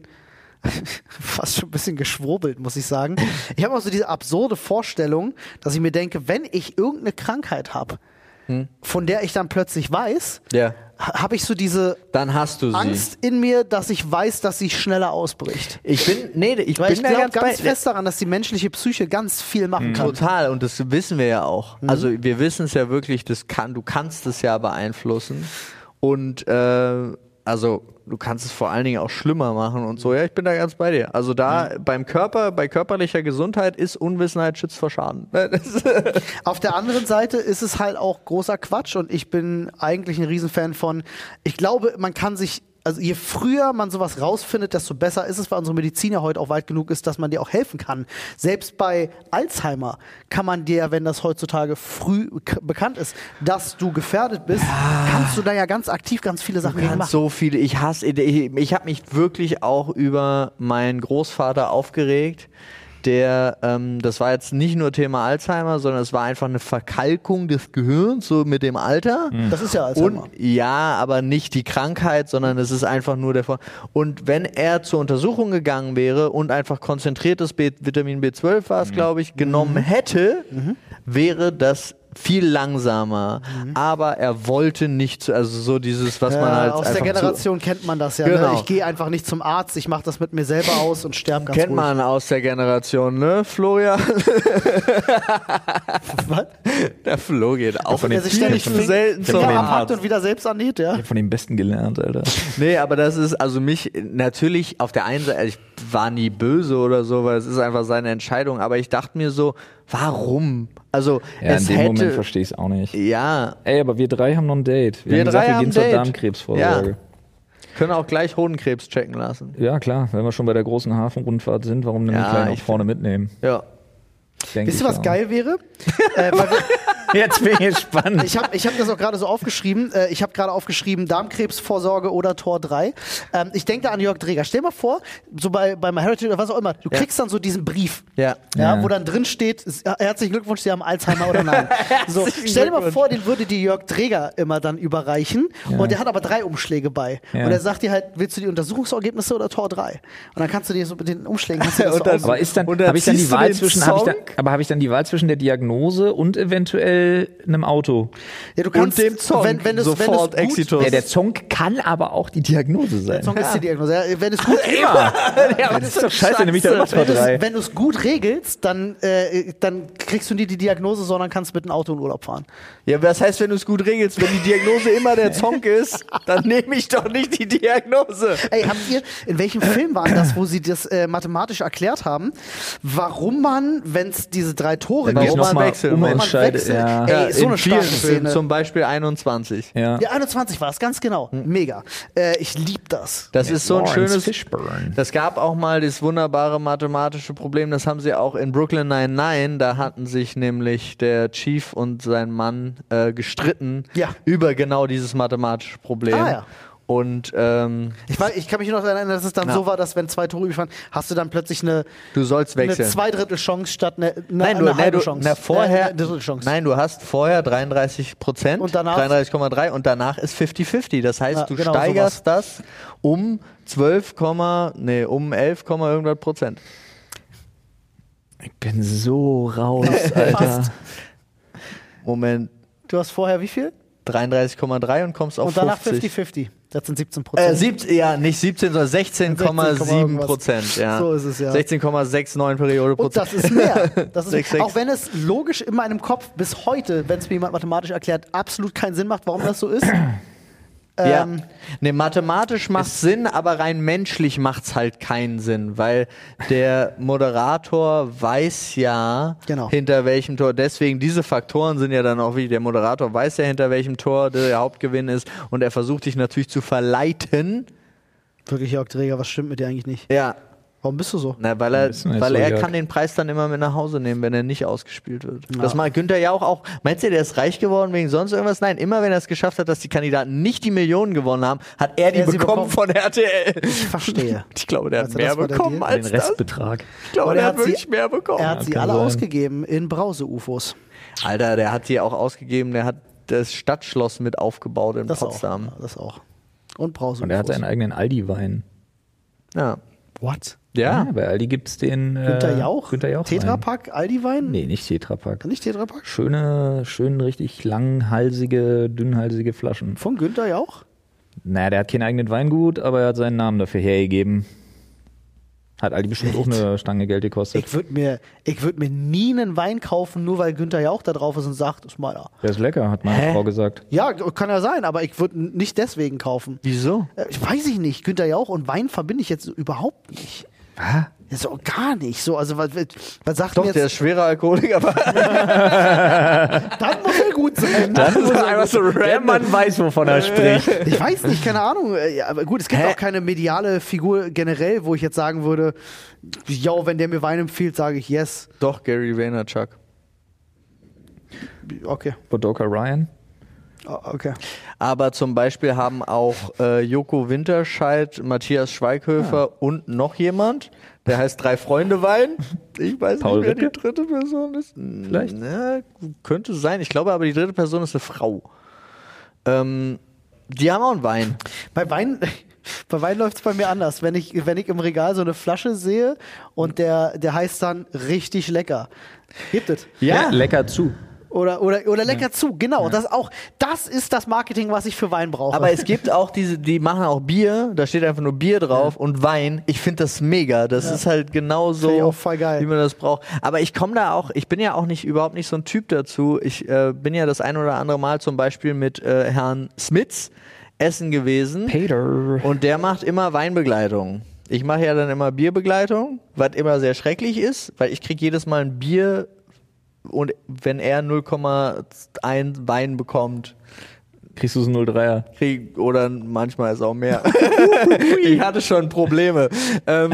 fast schon ein bisschen geschwurbelt, muss ich sagen. Ich habe auch so diese absurde Vorstellung, dass ich mir denke, wenn ich irgendeine Krankheit habe, Hm. von der ich dann plötzlich weiß, ja, ha- habe ich so diese dann hast du sie. Angst in mir, dass ich weiß, dass sie schneller ausbricht. Ich bin, nee, ich Weil bin ich da glaube ganz, ganz, bei, fest daran, dass die menschliche Psyche ganz viel machen kann. Total, und das wissen wir ja auch. Also wir wissen es ja wirklich, das kann, du kannst es ja beeinflussen. Und äh, also du kannst es vor allen Dingen auch schlimmer machen und so. Ja, ich bin da ganz bei dir. Also da beim Körper, bei körperlicher Gesundheit ist Unwissenheit schützt vor Schaden. Das- Auf der anderen Seite ist es halt auch großer Quatsch und ich bin eigentlich ein Riesenfan von, ich glaube, man kann sich, also je früher man sowas rausfindet, desto besser ist es, weil unsere Medizin ja heute auch weit genug ist, dass man dir auch helfen kann. Selbst bei Alzheimer kann man dir, wenn das heutzutage früh k- bekannt ist, dass du gefährdet bist, kannst du da ja ganz aktiv ganz viele Sachen gegen Ganz machen. so viele. Ich hasse, ich, ich habe mich wirklich auch über meinen Großvater aufgeregt. Der, ähm, das war jetzt nicht nur Thema Alzheimer, sondern es war einfach eine Verkalkung des Gehirns, so mit dem Alter. Das ist ja Alzheimer. Und ja, aber nicht die Krankheit, sondern es ist einfach nur der Vor- Und wenn er zur Untersuchung gegangen wäre und einfach konzentriertes B- Vitamin B zwölf war es, glaube ich, genommen hätte, wäre das viel langsamer. Aber er wollte nicht, zu, also so dieses, was man Ja, halt aus der einfach Generation kennt man das ja. Genau. Ne? Ich gehe einfach nicht zum Arzt, ich mache das mit mir selber aus und sterbe zu, ganz kennt ruhig. man aus der Generation, ne, Florian? Was? Der Flo geht auch Von der nicht sich ständig viel zu selten zum Finger Arzt. abhackt und wieder selbst annäht, ja. Ich hab von dem Besten gelernt, Alter. Nee, aber das ist also mich natürlich auf der einen Seite, also ich war nie böse oder so, weil es ist einfach seine Entscheidung, aber ich dachte mir so, warum? Also Ja, es in dem hätte, Moment verstehe ich es auch nicht. ja, Ey, aber wir drei haben noch ein Date. Wir, Wir haben gesagt, drei wir haben gehen zur ein Date. Darmkrebsvorsorge. können auch gleich Hodenkrebs checken lassen. Ja. klar, wenn wir schon bei der großen Hafenrundfahrt sind, warum denn Ja, nicht gleich noch ich vorne mitnehmen? Ja. Denk Wisst ich ihr, was auch. geil wäre? äh, weil wir, Jetzt bin ich gespannt. ich habe ich hab das auch gerade so aufgeschrieben. Äh, ich habe gerade aufgeschrieben, Darmkrebsvorsorge oder Tor drei. Ähm, ich denke da an Jörg Dreger. Stell mal vor, so bei, bei MyHeritage oder was auch immer, du Ja. kriegst dann so diesen Brief. Ja. Ja, Ja. wo dann drin steht, s- herzlichen Glückwunsch, Sie haben Alzheimer oder nein. So, stell dir mal vor, den würde dir Jörg Dreger immer dann überreichen Ja. und der hat aber drei Umschläge bei. Ja. Und er sagt dir halt, willst du die Untersuchungsergebnisse oder Tor drei? Und dann kannst du dir so mit den Umschlägen kannst du das Und so dann- aussuchen. Aber ist dann, Und dann habe ich dann die ziehst du Wahl den zwischen, habe ich dann, Song? aber habe ich dann die Wahl zwischen der Diagnose und eventuell einem Auto? Ja, du kannst, dem Zong wenn, wenn es, sofort wenn es gut, Exitus. Ja, der Zong kann aber auch die Diagnose sein. Song ist die Diagnose. Ja, wenn es gut Immer. Ja, das ist doch scheiße, nämlich der Tor Wenn drei. du wenn du es gut regelst, dann, äh, dann kriegst du nie die Diagnose, sondern kannst mit einem Auto in Urlaub fahren. Ja, was heißt, wenn du es gut regelst, wenn die Diagnose immer der Zonk ist, dann nehme ich doch nicht die Diagnose. Ey, habt ihr, in welchem Film war das, wo sie das äh, mathematisch erklärt haben, warum man, wenn es diese drei Tore Wenn ich Warum noch man mal wechseln warum man umentscheide, wechselt? ja. Ey, so in eine vielen starke Filmen, Szene. zum Beispiel einundzwanzig. Ja. Ja, einundzwanzig war es, ganz genau. Mega. Äh, ich lieb das. Das ist so ein Lawrence schönes. Fishburne. Das gab auch mal das wunderbare mathematische Problem, das haben sie auch in Brooklyn Nine-Nine, da hatten sich nämlich der Chief und sein Mann äh, gestritten Ja. über genau dieses mathematische Problem. Ah, ja. Und ähm, Ich, weiß, ich kann mich nur noch erinnern, dass es dann Ja. so war, dass wenn zwei Tore überfahren, hast du dann plötzlich eine, du sollst eine wechseln. Zweidrittel-Chance statt eine, eine, Nein, du, eine nee, halbe du, Chance. na, vorher, Äh, eine Drittelchance. nein, du hast vorher dreiunddreißig Prozent, Und danach? dreiunddreißig Komma drei und danach ist fünfzig fünfzig. Das heißt, Ja, du genau steigerst das um zwölf, nee, um elf, irgendwas Prozent. Ich bin so raus, Alter. Fast. Moment, Du hast vorher wie viel? dreiunddreißig Komma drei und kommst auf Und danach fünfzig. fünfzig fünfzig. Das sind siebzehn Prozent. Äh, siebzehn, ja, nicht siebzehn, sondern sechzehn Komma sieben Prozent. Ja. So ist es, ja. sechzehn Komma neunundsechzig Periode Und Prozent. das ist mehr. Das ist, Sechs, sechs. auch wenn es logisch in meinem Kopf bis heute, wenn es mir jemand mathematisch erklärt, absolut keinen Sinn macht, warum das so ist. Ja. Ähm, Ne, mathematisch macht Sinn, aber rein menschlich macht's halt keinen Sinn, weil der Moderator weiß ja, Genau. hinter welchem Tor. Deswegen, diese Faktoren sind ja dann auch wie, der Moderator weiß ja, hinter welchem Tor der Hauptgewinn ist und er versucht dich natürlich zu verleiten. Wirklich, Jörg Träger, was stimmt mit dir eigentlich nicht? Ja, Warum bist du so? na, weil er, Wissen wir jetzt weil so, er Jörg. kann den Preis dann immer mit nach Hause nehmen, wenn er nicht ausgespielt wird. Ja. Das macht Günther Jauch auch. Meinst du, der ist reich geworden wegen sonst irgendwas? Nein, immer wenn er es geschafft hat, dass die Kandidaten nicht die Millionen gewonnen haben, hat er die Er sie bekommen, bekommen. von R T L. Ich verstehe. Ich glaube, der hat Also mehr das war der bekommen Deal? als Den das. Restbetrag. Ich glaube, Aber der er hat hat sie- wirklich mehr bekommen. Er hat sie kann alle sein. ausgegeben in Brause-U F Os. Alter, der hat sie auch ausgegeben. Der hat das Stadtschloss mit aufgebaut in Das Potsdam. auch. Das auch. Und Brause-U F Os. Und er hat seinen eigenen Aldi-Wein. Ja. What? Ja. bei Aldi gibt's den. Äh, Günter Jauch? Günter Jauch. Tetrapack, Aldi-Wein? Nee, nicht Tetrapack. Nicht Tetrapack? Schöne, schön richtig langhalsige, dünnhalsige Flaschen. Von Günter Jauch? Naja, der hat keinen eigenen Weingut, aber er hat seinen Namen dafür hergegeben. Hat Aldi bestimmt auch eine Stange Geld gekostet. Ich würde mir, ich würd mir nie einen Wein kaufen, nur weil Günter Jauch da drauf ist und sagt, das ist meiner. Der ist lecker, hat meine Hä? Frau gesagt. Ja, kann ja sein, aber ich würde nicht deswegen kaufen. Wieso? Äh, Ich weiß ich nicht. Günter Jauch und Wein verbinde ich jetzt überhaupt nicht. Was? Ja, so gar nicht. So, also was, was sagt Doch, mir der jetzt? ist schwerer Alkoholiker, aber Dann muss er gut sein. Dann muss er einfach so Der random. Mann weiß, wovon er spricht. Ich weiß nicht, keine Ahnung. Äh, Ja, aber gut, es gibt Hä? auch keine mediale Figur generell, wo ich jetzt sagen würde, ja, wenn der mir Wein empfiehlt, sage ich yes. doch, Gary Vaynerchuk. Okay. Bodoka Ryan. Ah, Okay. Aber zum Beispiel haben auch äh, Joko Winterscheid, Matthias Schweighöfer und noch jemand, der heißt Drei Freunde Wein. Ich weiß Paul nicht, wer die Ricke? dritte Person ist. Vielleicht. Ja, könnte sein. Ich glaube aber, die dritte Person ist eine Frau. Ähm, die haben auch einen Wein. Bei Wein, bei Wein läuft es bei mir anders. Wenn ich, wenn ich im Regal so eine Flasche sehe und der, der heißt dann richtig lecker. Gibt es. Ja. Lecker zu. Oder, oder, oder lecker zu, genau. Das, auch, das ist das Marketing, was ich für Wein brauche. Aber es gibt auch diese, die machen auch Bier, da steht einfach nur Bier drauf und Wein. Ich finde das mega. Das ist halt genauso, Finde ich auch voll geil. wie man das braucht. Aber ich komme da auch, ich bin ja auch nicht überhaupt nicht so ein Typ dazu. Ich äh, bin ja das ein oder andere Mal zum Beispiel mit äh, Herrn Smits essen gewesen. Peter. Und der macht immer Weinbegleitung. Ich mache ja dann immer Bierbegleitung, was immer sehr schrecklich ist, weil ich kriege jedes Mal ein Bier und wenn er null Komma eins Wein bekommt, Kriegst du so null Komma dreier? krieg, oder manchmal ist auch mehr. Ich hatte schon Probleme. Ähm,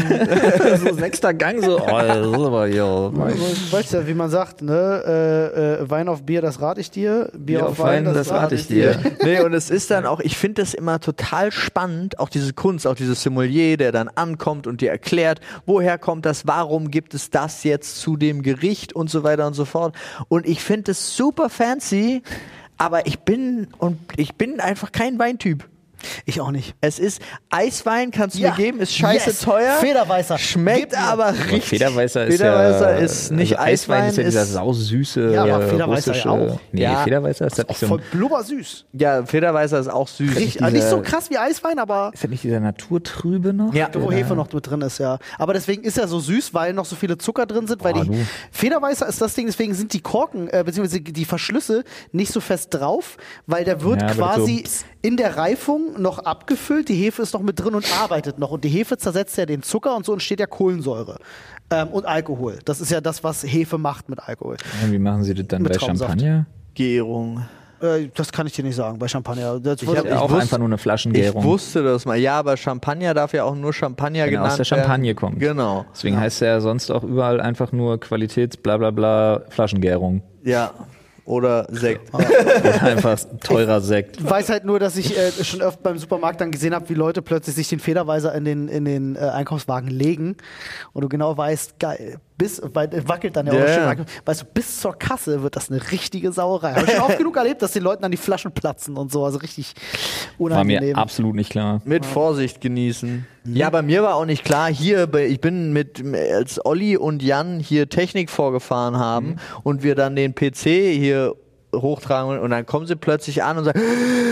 So sechster Gang, so. Oh, das ist aber ja. Weißt du, wie man sagt, ne? Äh, äh, Wein auf Bier, das rate ich dir. Bier, auf Wein, das, rate ich dir. nee, und es ist dann auch, ich finde das immer total spannend, auch diese Kunst, auch dieses Sommelier, der dann ankommt und dir erklärt, woher kommt das, warum gibt es das jetzt zu dem Gericht und so weiter und so fort. Und ich finde es super fancy, aber ich bin und ich bin einfach kein Weintyp. Ich auch nicht. Es ist Eiswein, kannst du Ja. mir geben, ist scheiße Yes. teuer. Federweißer. Schmeckt Gib mir. aber Aber richtig. Federweißer ist Federweißer ja, ist nicht also Eiswein. Ist ja dieser ist- sausüße Ja, aber Federweißer russische. ja auch. Nee, Ja. Federweißer ist das Auch nicht so voll ein, blubbersüß. Ja, Federweißer ist auch süß. Richtig, also nicht so krass wie Eiswein, aber ist das nicht dieser Naturtrübe noch? Ja. wo Hefe noch mit drin ist, ja. Aber deswegen ist er so süß, weil noch so viele Zucker drin sind, weil Boah, die du. Federweißer ist das Ding, deswegen sind die Korken, äh, beziehungsweise die Verschlüsse nicht so fest drauf, weil der wird Ja, aber quasi so- in der Reifung noch abgefüllt, die Hefe ist noch mit drin und arbeitet noch. Und die Hefe zersetzt ja den Zucker und so entsteht ja Kohlensäure. Ähm, und Alkohol. Das ist ja das, was Hefe macht mit Alkohol. Und wie machen sie das dann Mit bei Traubensaft. Champagner? Gärung. Äh, das kann ich dir nicht sagen, bei Champagner. Das Ich wurde- hab- Ja, auch wusste- einfach nur eine Ich Flaschengärung. wusste das mal. Ja, aber Champagner darf ja auch nur Champagner Genau, genannt aus der Champagne werden. kommt. Genau. Deswegen heißt er ja sonst auch überall einfach nur Qualitäts, bla bla bla, Flaschengärung. Ja. oder Sekt. Oder einfach teurer Sekt. Ich weiß halt nur, dass ich äh, schon öfter beim Supermarkt dann gesehen habe, wie Leute plötzlich sich den Federweiser in den, in den äh, Einkaufswagen legen und du genau weißt, geil, bis, weil äh, wackelt dann ja auch Yeah. schon, weißt du, bis zur Kasse wird das eine richtige Sauerei. Habe ich schon oft genug erlebt, dass den Leuten dann die Flaschen platzen und so, also richtig War unangenehm. mir absolut nicht klar. Mit Vorsicht genießen. Ja, bei mir war auch nicht klar, hier, bei- ich bin mit, als Olli und Jan hier Technik vorgefahren haben und wir dann den P C hier hochtragen und dann kommen sie plötzlich an und sagen,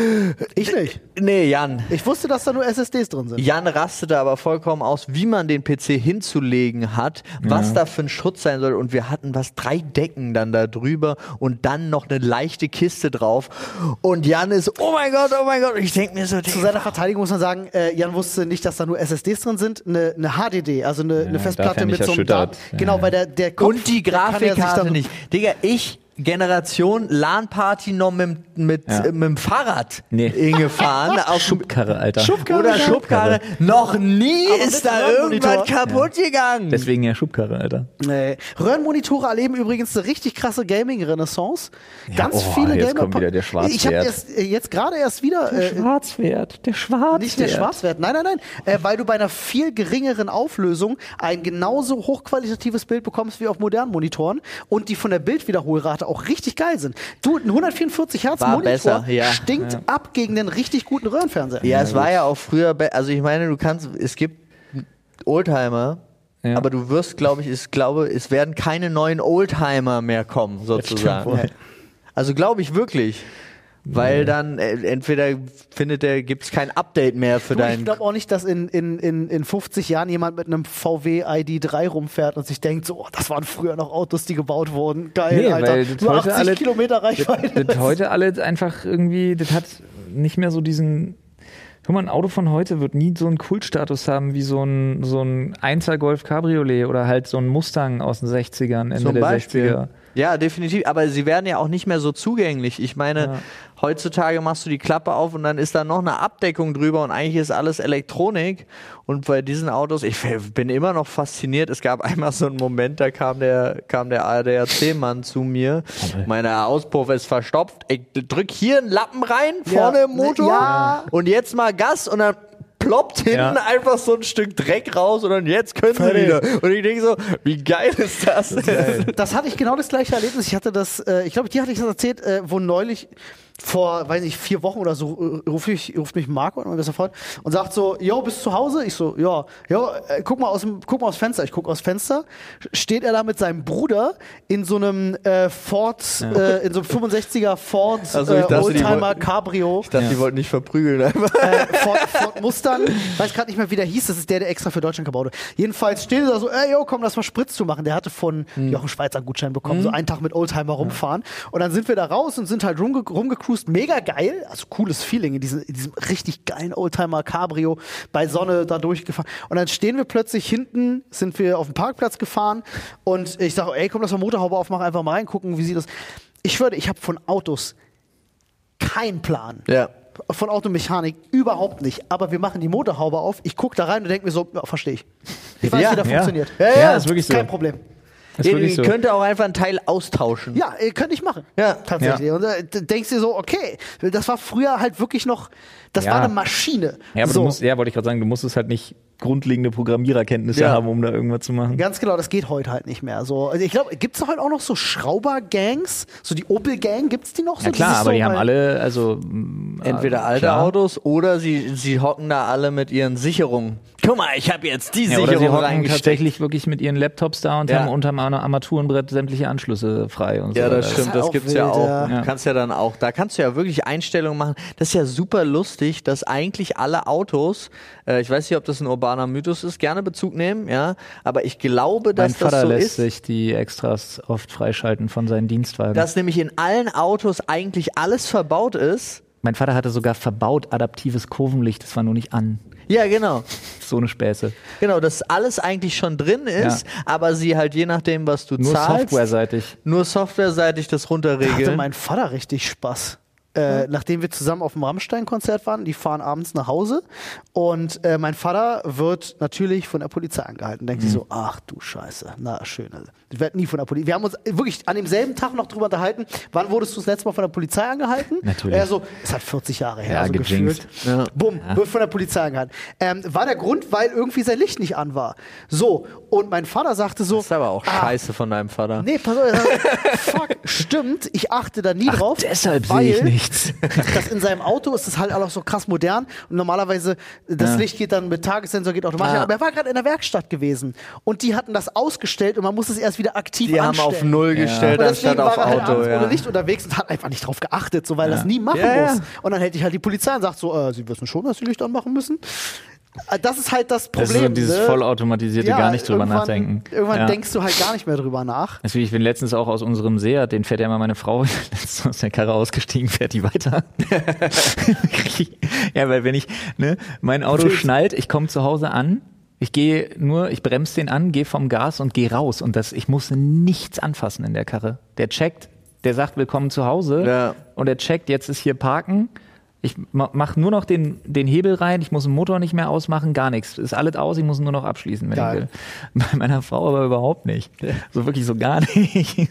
Ich nicht. nee, Jan. Ich wusste, dass da nur S S Ds drin sind. Jan rastete aber vollkommen aus, wie man den P C hinzulegen hat, was da für ein Schutz sein soll. Und wir hatten was, drei Decken dann da drüber und dann noch eine leichte Kiste drauf. Und Jan ist, oh mein Gott, oh mein Gott. Und ich denke mir so, Zu seiner Verteidigung muss man sagen, äh, Jan wusste nicht, dass da nur S S Ds drin sind, eine, eine H D D, also eine, eine darf Festplatte ja nicht mit so einem erschüttert. Dat- Genau, Ja. weil der, der Kopf, und die der kann ja sich Grafikkarte dann- nicht. Digga, ich, Generation LAN-Party noch mit, mit, Ja. äh, mit dem Fahrrad Nee. hingefahren. Auf Schubkarre, Alter. Schubkarre. oder Schubkarre. Noch nie Aber ist mit da Röhrenmonitor. irgendwas kaputt gegangen. Deswegen ja Schubkarre, Alter. Nee. Röhrenmonitore erleben übrigens eine richtig krasse Gaming-Renaissance. Ganz oh, viele jetzt Gamer. kommt wieder der Schwarzwert. Ich habe erst, äh, jetzt gerade erst wieder. Äh, Schwarzwert, der Schwarzwert. Nicht der Schwarzwert, nein, nein, nein, äh, weil du bei einer viel geringeren Auflösung ein genauso hochqualitatives Bild bekommst wie auf modernen Monitoren und die von der Bildwiederholrate auch richtig geil sind. Du, ein hundertvierundvierzig Hertz War Monitor besser, ja. stinkt ab gegen den richtig guten Röhrenfernseher. Ja, es war ja auch früher, be- also ich meine, du kannst, es gibt Oldtimer, Ja. aber du wirst, glaube ich, ich glaube, es werden keine neuen Oldtimer mehr kommen, sozusagen. wohl. Also glaube ich wirklich. Weil dann äh, entweder findet der, gibt es kein Update mehr für Du, ich deinen. glaube auch nicht, dass in, in, in, in fünfzig Jahren jemand mit einem V W I D drei rumfährt und sich denkt, so, oh, das waren früher noch Autos, die gebaut wurden. Geil, Nee, Alter. weil das Nur heute achtzig alle- Kilometer Reichweite. Das heute alles einfach irgendwie, das hat nicht mehr so diesen. Guck mal, ein Auto von heute wird nie so einen Kultstatus haben wie so ein, so ein Einser Golf Cabriolet oder halt so ein Mustang aus den sechzigern, Ende Zum der Beispiel. sechziger. Ja, definitiv. Aber sie werden ja auch nicht mehr so zugänglich. Ich meine, Ja. heutzutage machst du die Klappe auf und dann ist da noch eine Abdeckung drüber und eigentlich ist alles Elektronik. Und bei diesen Autos, ich bin immer noch fasziniert. Es gab einmal so einen Moment, da kam der, kam der A D A C-Mann zu mir. Meine Auspuff ist verstopft. Ich drück hier einen Lappen rein, vorne Ja. im Motor. Ja. Und jetzt mal Gas und dann ploppt hinten Ja. einfach so ein Stück Dreck raus und dann jetzt können sie Fertig. wieder. Und ich denke so, wie geil ist das? Das hatte ich genau das gleiche Erlebnis. Ich hatte das, äh, ich glaube, dir hatte ich das erzählt, äh, wo neulich vor, weiß nicht, vier Wochen oder so, äh, ruft mich, ruft mich Marco, mein bester Freund, und sagt so, yo, bist du zu Hause? Ich so, ja, ja, äh, guck mal aus dem, guck mal aus Fenster. Ich guck aus Fenster, steht er da mit seinem Bruder in so einem äh, Ford, äh, in so einem fünfundsechziger Ford Also ich äh, dachte, die Oldtimer wollten- Cabrio. Ich dachte, die wollten nicht verprügeln einfach. äh, Ford, Ford Mustang, weiß gerade nicht mehr, wie der hieß, das ist der, der extra für Deutschland gebaut wurde. Jedenfalls steht er da so, ey, yo, komm, lass mal Spritz zu machen. Der hatte von Hm. Jochen Schweizer einen Gutschein bekommen, so einen Tag mit Oldtimer rumfahren. Und dann sind wir da raus und sind halt rumge rumgecruised, mega geil, also cooles Feeling in diesem, in diesem richtig geilen Oldtimer Cabrio, bei Sonne da durchgefahren. Und dann stehen wir plötzlich hinten, sind wir auf dem Parkplatz gefahren und ich sage, ey, komm, lass mal Motorhaube aufmachen, einfach mal reingucken, wie sieht das. Ich würde, ich habe von Autos keinen Plan. Ja. Von Automechanik überhaupt nicht. Aber wir machen die Motorhaube auf, ich gucke da rein und denke mir so, ja, verstehe ich. Ich weiß, Ja, wie das ja. funktioniert. Ja, Ja, ja. ist wirklich so. Kein Problem. Ist Ihr, wirklich ihr so. könnt auch einfach einen Teil austauschen. Ja, äh, könnte ich machen. Ja. Tatsächlich. Und äh, d- denkst dir so, okay, das war früher halt wirklich noch, das Ja. war eine Maschine. Ja, aber so. du musst, ja, wollte ich gerade sagen, du musstest halt nicht grundlegende Programmiererkenntnisse Ja. haben, um da irgendwas zu machen. Ganz genau, das geht heute halt nicht mehr. So, also ich glaube, gibt es heute auch noch so Schrauber-Gangs? So die Opel-Gang, gibt es die noch so? Ja klar, sich aber so die haben bei- alle, also mm, Entweder äh, alte klar. Autos oder sie, sie hocken da alle mit ihren Sicherungen. Guck mal, ich habe jetzt die Ja, oder sie Sicherung hocken reingesteckt. tatsächlich wirklich mit ihren Laptops da und Ja. haben unterm Ar- Armaturenbrett sämtliche Anschlüsse frei und so. Ja, das Also, stimmt, halt das auch gibt's ja wild, auch. ja. Du kannst ja dann auch, da kannst du ja wirklich Einstellungen machen. Das ist ja super lustig, dass eigentlich alle Autos, äh, ich weiß nicht, ob das ein urbaner Mythos ist, gerne Bezug nehmen, ja, aber ich glaube, Mein dass das Vater so lässt ist, sich die Extras oft freischalten von seinen Dienstwagen. dass nämlich in allen Autos eigentlich alles verbaut ist. mein Vater hatte sogar verbaut adaptives Kurvenlicht, das war nur nicht an. Ja, genau. So eine Späße. Genau, dass alles eigentlich schon drin ist, Ja. aber sie halt je nachdem, was du Nur zahlst, softwareseitig. nur softwareseitig das Da hatte runterregeln. mein Vater richtig Spaß. äh, nachdem wir zusammen auf dem Rammstein-Konzert waren. Die fahren abends nach Hause und äh, mein Vater wird natürlich von der Polizei angehalten. Denkt sich so, ach du Scheiße, na schön. Also, ich werde nie von der Polizei. Wir haben uns wirklich an demselben Tag noch drüber unterhalten, wann wurdest du das letzte Mal von der Polizei angehalten? Natürlich. Er so, ist halt vierzig Jahre her, Ja, so gejinxt. gefühlt. Ja. Bumm, Ja. wird von der Polizei angehalten. Ähm, war der Grund, weil irgendwie sein Licht nicht an war. So, und mein Vater sagte so, Das ist aber auch ah, scheiße von deinem Vater. nee, pass auf, er sagt, fuck, stimmt, ich achte da nie Ach, drauf. deshalb weil sehe ich nichts. Das in seinem Auto ist das halt alles so krass modern und normalerweise das Ja. Licht geht dann mit Tagessensor, geht automatisch, Ah. aber er war gerade in der Werkstatt gewesen und die hatten das ausgestellt und man muss es erst wieder aktiv Die haben anstellen. auf Null gestellt, Und deswegen anstatt auf war er halt Auto. abends Ja. ohne Licht unterwegs und hat einfach nicht drauf geachtet, so weil er das nie machen Ja, ja. muss. Und dann hält dich halt die Polizei und sagt so, äh, sie wissen schon, dass sie Licht anmachen müssen. Äh, Das ist halt das Das Problem. ist so dieses ne? vollautomatisierte, gar nicht drüber irgendwann- nachdenken. Irgendwann Ja. denkst du halt gar nicht mehr drüber nach. Also ich bin letztens auch aus unserem Seat, den fährt ja immer meine Frau, letztens aus der Karre ausgestiegen, fährt die weiter. Ja, weil wenn ich, ne, mein Auto Wild. schnallt, ich komme zu Hause an, ich gehe nur, ich bremse den an, gehe vom Gas und gehe raus und das, ich muss nichts anfassen in der Karre. Der checkt, der sagt willkommen zu Hause Ja. und der checkt, jetzt ist hier Parken. Ich ma- mach nur noch den, den Hebel rein, ich muss den Motor nicht mehr ausmachen, gar nichts. Ist alles aus, ich muss nur noch abschließen, wenn Geil. ich will. Bei meiner Frau aber überhaupt nicht. So wirklich so gar nicht.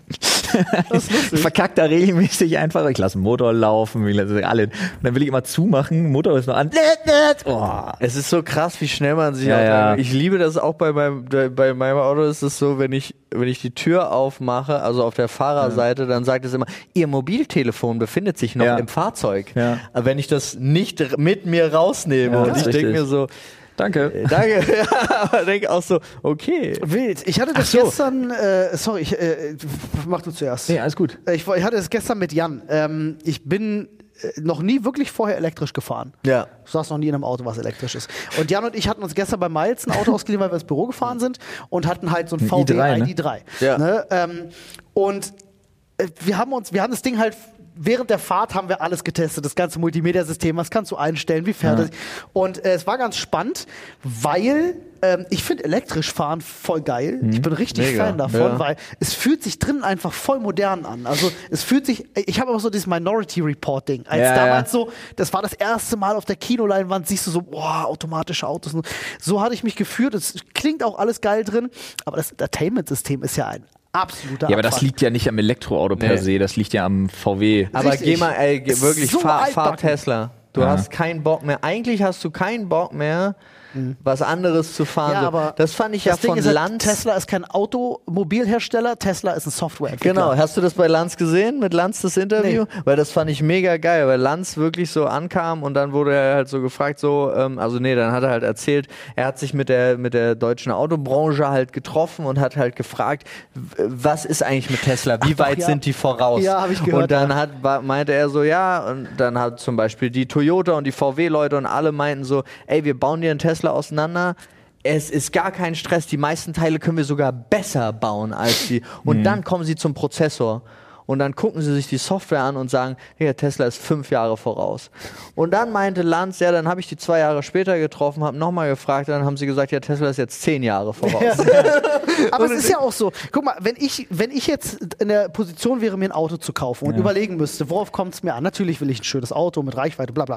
Das ist lustig. Ich verkack da regelmäßig einfach. Ich lasse den Motor laufen, ich lasse alle. Und dann will ich immer zumachen, Motor ist noch an. Oh. Es ist so krass, wie schnell man sich Ja, auch, ja. Ich liebe das auch bei meinem, bei meinem Auto ist es so, wenn ich, wenn ich die Tür aufmache, also auf der Fahrerseite, dann sagt es immer, Ihr Mobiltelefon befindet sich noch Ja. im Fahrzeug. Ja. Aber wenn ich das nicht r- mit mir rausnehme Ja, und das ich ist denke richtig. mir so, Danke. äh, danke, ja, aber denke auch so, okay. Wild. Ich hatte das Ach so. gestern, äh, sorry, ich, äh, mach du zuerst. Nee, alles gut. Ich, ich hatte es gestern mit Jan. Ähm, ich bin äh, noch nie wirklich vorher elektrisch gefahren. Ja. Du saß noch nie in einem Auto, was elektrisch ist. Und Jan und ich hatten uns gestern bei Miles ein Auto ausgeliehen, weil wir ins Büro gefahren sind und hatten halt so ein, Ein V W i drei, ne? I D drei. Ja. Ne? Ähm, und äh, wir haben uns, wir haben das Ding halt während der Fahrt haben wir alles getestet, das ganze Multimedia-System, was kannst du einstellen, wie fährt Ja. es? Und äh, es war ganz spannend, weil ähm, ich finde elektrisch fahren voll geil. Ich bin richtig Mega, Fan davon, ja. weil es fühlt sich drin einfach voll modern an. Also es fühlt sich, ich habe auch so dieses Minority Report-Ding. Als Ja, damals ja. so, das war das erste Mal auf der Kinoleinwand, siehst du so, boah, automatische Autos. So hatte ich mich gefühlt. Es klingt auch alles geil drin, aber das Entertainment-System ist ja ein absoluter Ja, aber das Abfuck. liegt ja nicht am Elektroauto per Nee. se, das liegt ja am V W. Aber Richtig. geh mal, ey, geh, Ist wirklich, so fahr, fahr altbacken. Tesla. Du Ja. hast keinen Bock mehr. Eigentlich hast du keinen Bock mehr, was anderes zu fahren. Ja, So, aber das fand ich ja das Ding von ist halt, Lanz. Tesla ist kein Automobilhersteller, Tesla ist ein Softwareentwickler. Genau, hast du das bei Lanz gesehen, mit Lanz das Interview? Nee. Weil das fand ich mega geil, weil Lanz wirklich so ankam und dann wurde er halt so gefragt, so, ähm, also nee, dann hat er halt erzählt, er hat sich mit der, mit der deutschen Autobranche halt getroffen und hat halt gefragt, w- was ist eigentlich mit Tesla, wie Ach doch, weit ja. sind die voraus? Ja, hab ich gehört, Und dann ja. hat, war, meinte er so, ja, und dann hat zum Beispiel die Toyota und die V W-Leute und alle meinten so, ey, wir bauen dir einen Tesla auseinander. Es ist gar kein Stress, die meisten Teile können wir sogar besser bauen als die. Und dann kommen sie zum Prozessor. Und dann gucken sie sich die Software an und sagen, hey, Tesla ist fünf Jahre voraus. Und dann meinte Lanz, ja, dann habe ich die zwei Jahre später getroffen, habe nochmal gefragt, dann haben sie gesagt, ja, Tesla ist jetzt zehn Jahre voraus. Aber es ist ja auch so, guck mal, wenn ich, wenn ich jetzt in der Position wäre, mir ein Auto zu kaufen und Ja. überlegen müsste, worauf kommt es mir an? Natürlich will ich ein schönes Auto mit Reichweite, bla bla.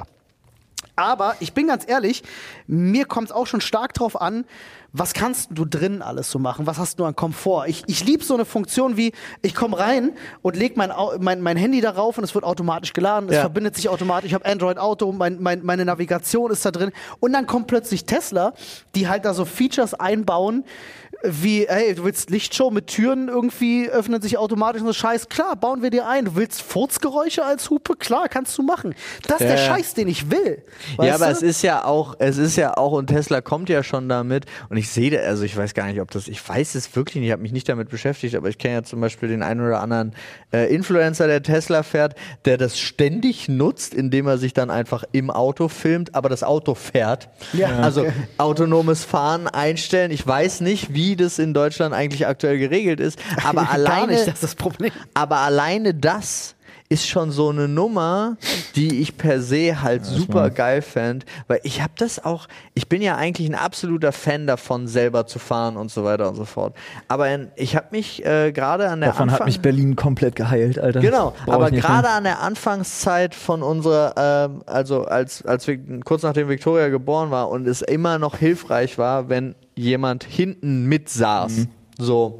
Aber ich bin ganz ehrlich, mir kommt es auch schon stark drauf an, was kannst du drin alles so machen? Was hast du an Komfort? Ich, ich liebe so eine Funktion wie, ich komme rein und lege mein, Au- mein, mein Handy darauf und es wird automatisch geladen, es Ja. verbindet sich automatisch, ich habe Android Auto, mein, mein, meine Navigation ist da drin und dann kommt plötzlich Tesla, die halt da so Features einbauen, wie, hey, du willst Lichtshow mit Türen irgendwie, öffnen sich automatisch und so Scheiß, klar, bauen wir dir ein. Du willst Furzgeräusche als Hupe, klar, kannst du machen. Das ist Ja, der ja. Scheiß, den ich will. Ja, Weißt aber du? es ist ja auch, es ist ja auch, und Tesla kommt ja schon damit, und ich sehe, da- also ich weiß gar nicht, ob das, ich weiß es wirklich nicht, ich habe mich nicht damit beschäftigt, aber ich kenne ja zum Beispiel den einen oder anderen äh, Influencer, der Tesla fährt, der das ständig nutzt, indem er sich dann einfach im Auto filmt, aber das Auto fährt. Ja, also okay. autonomes Fahren einstellen. Ich weiß nicht, wie das in Deutschland eigentlich aktuell geregelt ist, aber Gar alleine, nicht, das ist das Problem. aber alleine das ist schon so eine Nummer, die ich per se halt super geil fände, weil ich habe das auch, ich bin ja eigentlich ein absoluter Fan davon, selber zu fahren und so weiter und so fort. Aber in, ich habe mich äh, gerade an der Davon Anfang... hat mich Berlin komplett geheilt, Alter. Genau, Brauch aber ich nicht gerade mehr. an der Anfangszeit von unserer, ähm, also als, als wir kurz nachdem Victoria geboren war und es immer noch hilfreich war, wenn jemand hinten mitsaß, mhm. so,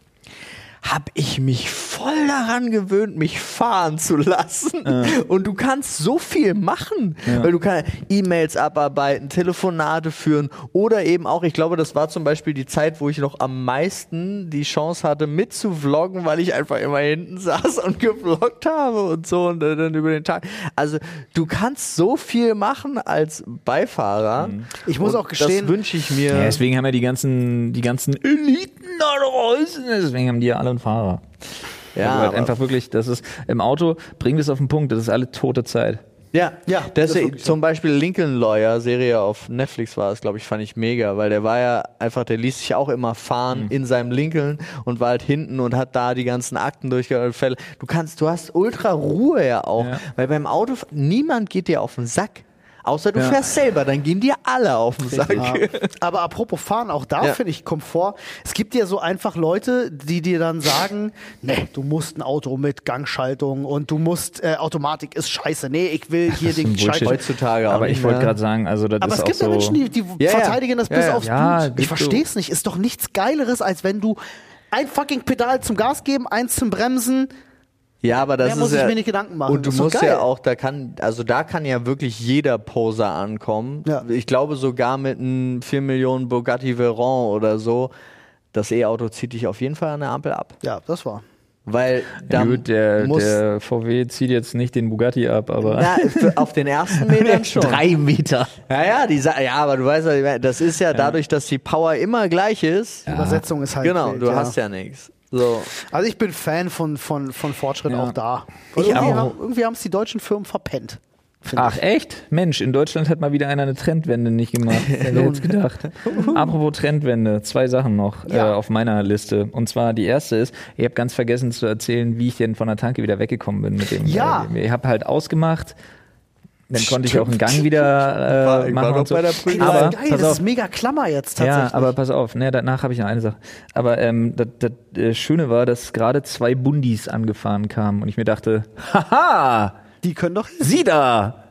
habe ich mich voll daran gewöhnt, mich fahren zu lassen. Ja. Und du kannst so viel machen, ja. weil du kannst E-Mails abarbeiten, Telefonate führen oder eben auch, ich glaube, das war zum Beispiel die Zeit, wo ich noch am meisten die Chance hatte, mitzuvloggen, weil ich einfach immer hinten saß und gevloggt habe und so und dann über den Tag. Also du kannst so viel machen als Beifahrer. Mhm. Ich muss auch gestehen, das wünsche ich mir. Ja, deswegen haben ja die ganzen, die ganzen Eliten da draußen, deswegen haben die ja alle einen Fahrer. Ja, also halt einfach wirklich, das ist, im Auto bringt es auf den Punkt, das ist alle tote Zeit. Ja, ja. Das das ist zum so. Beispiel Lincoln Lawyer, Serie auf Netflix war es, glaube ich, fand ich mega, weil der war ja einfach, der ließ sich auch immer fahren mhm. in seinem Lincoln und war halt hinten und hat da die ganzen Akten durchgefällt. Du kannst, du hast ultra Ruhe ja auch, ja. weil beim Auto, niemand geht dir auf den Sack. Außer du ja. fährst selber, dann gehen dir alle auf den Sack. Ja. Aber apropos Fahren, auch da ja. finde ich Komfort. Es gibt ja so einfach Leute, die dir dann sagen, nee, du musst ein Auto mit Gangschaltung und du musst, äh, Automatik ist scheiße. Nee, ich will hier den Scheiß. Heutzutage auch Aber ich wollte gerade sagen, also das aber ist es auch gibt so ja Menschen, die, die ja, verteidigen das ja, bis ja. aufs ja, Blut. Ich verstehe es nicht. Ist doch nichts Geileres, als wenn du ein fucking Pedal zum Gas geben, eins zum Bremsen. Ja, aber das Mehr ist muss ich ja, mir nicht Gedanken machen. und du musst ja auch, da kann, also da kann ja wirklich jeder Poser ankommen. Ja. Ich glaube sogar mit einem vier Millionen Bugatti Veyron oder so, das E-Auto zieht dich auf jeden Fall an der Ampel ab. Ja, das war. Weil ja, da gut, der, muss der V W zieht jetzt nicht den Bugatti ab, aber na, für, auf den ersten Metern schon. Drei Meter. Ja, ja, die, ja, aber du weißt ja, das ist ja dadurch, dass die Power immer gleich ist. Die Übersetzung ist halt Genau, wild, du ja. hast ja nichts. So. Also ich bin Fan von, von, von Fortschritt Ja. auch da. Ich irgendwie auch. Haben, irgendwie haben es die deutschen Firmen verpennt. Ach echt? Mensch, in Deutschland hat mal wieder einer eine Trendwende nicht gemacht. Wer hätte jetzt gedacht? Apropos Trendwende, zwei Sachen noch Ja. äh, auf meiner Liste. Und zwar die erste ist, ich habe ganz vergessen zu erzählen, wie ich denn von der Tanke wieder weggekommen bin mit dem. Ja. Äh, ich habe halt ausgemacht, dann konnte ich auch einen Gang wieder äh, War- ich war machen doch und so. bei der Ey, Prüfung. das Aber ist geil, pass das auf. ist mega Klammer jetzt tatsächlich. Ja, aber pass auf, ne, danach habe ich noch eine Sache. Aber ähm, das, das äh, Schöne war, dass gerade zwei Bundis angefahren kamen und ich mir dachte, haha, die können doch Sie da,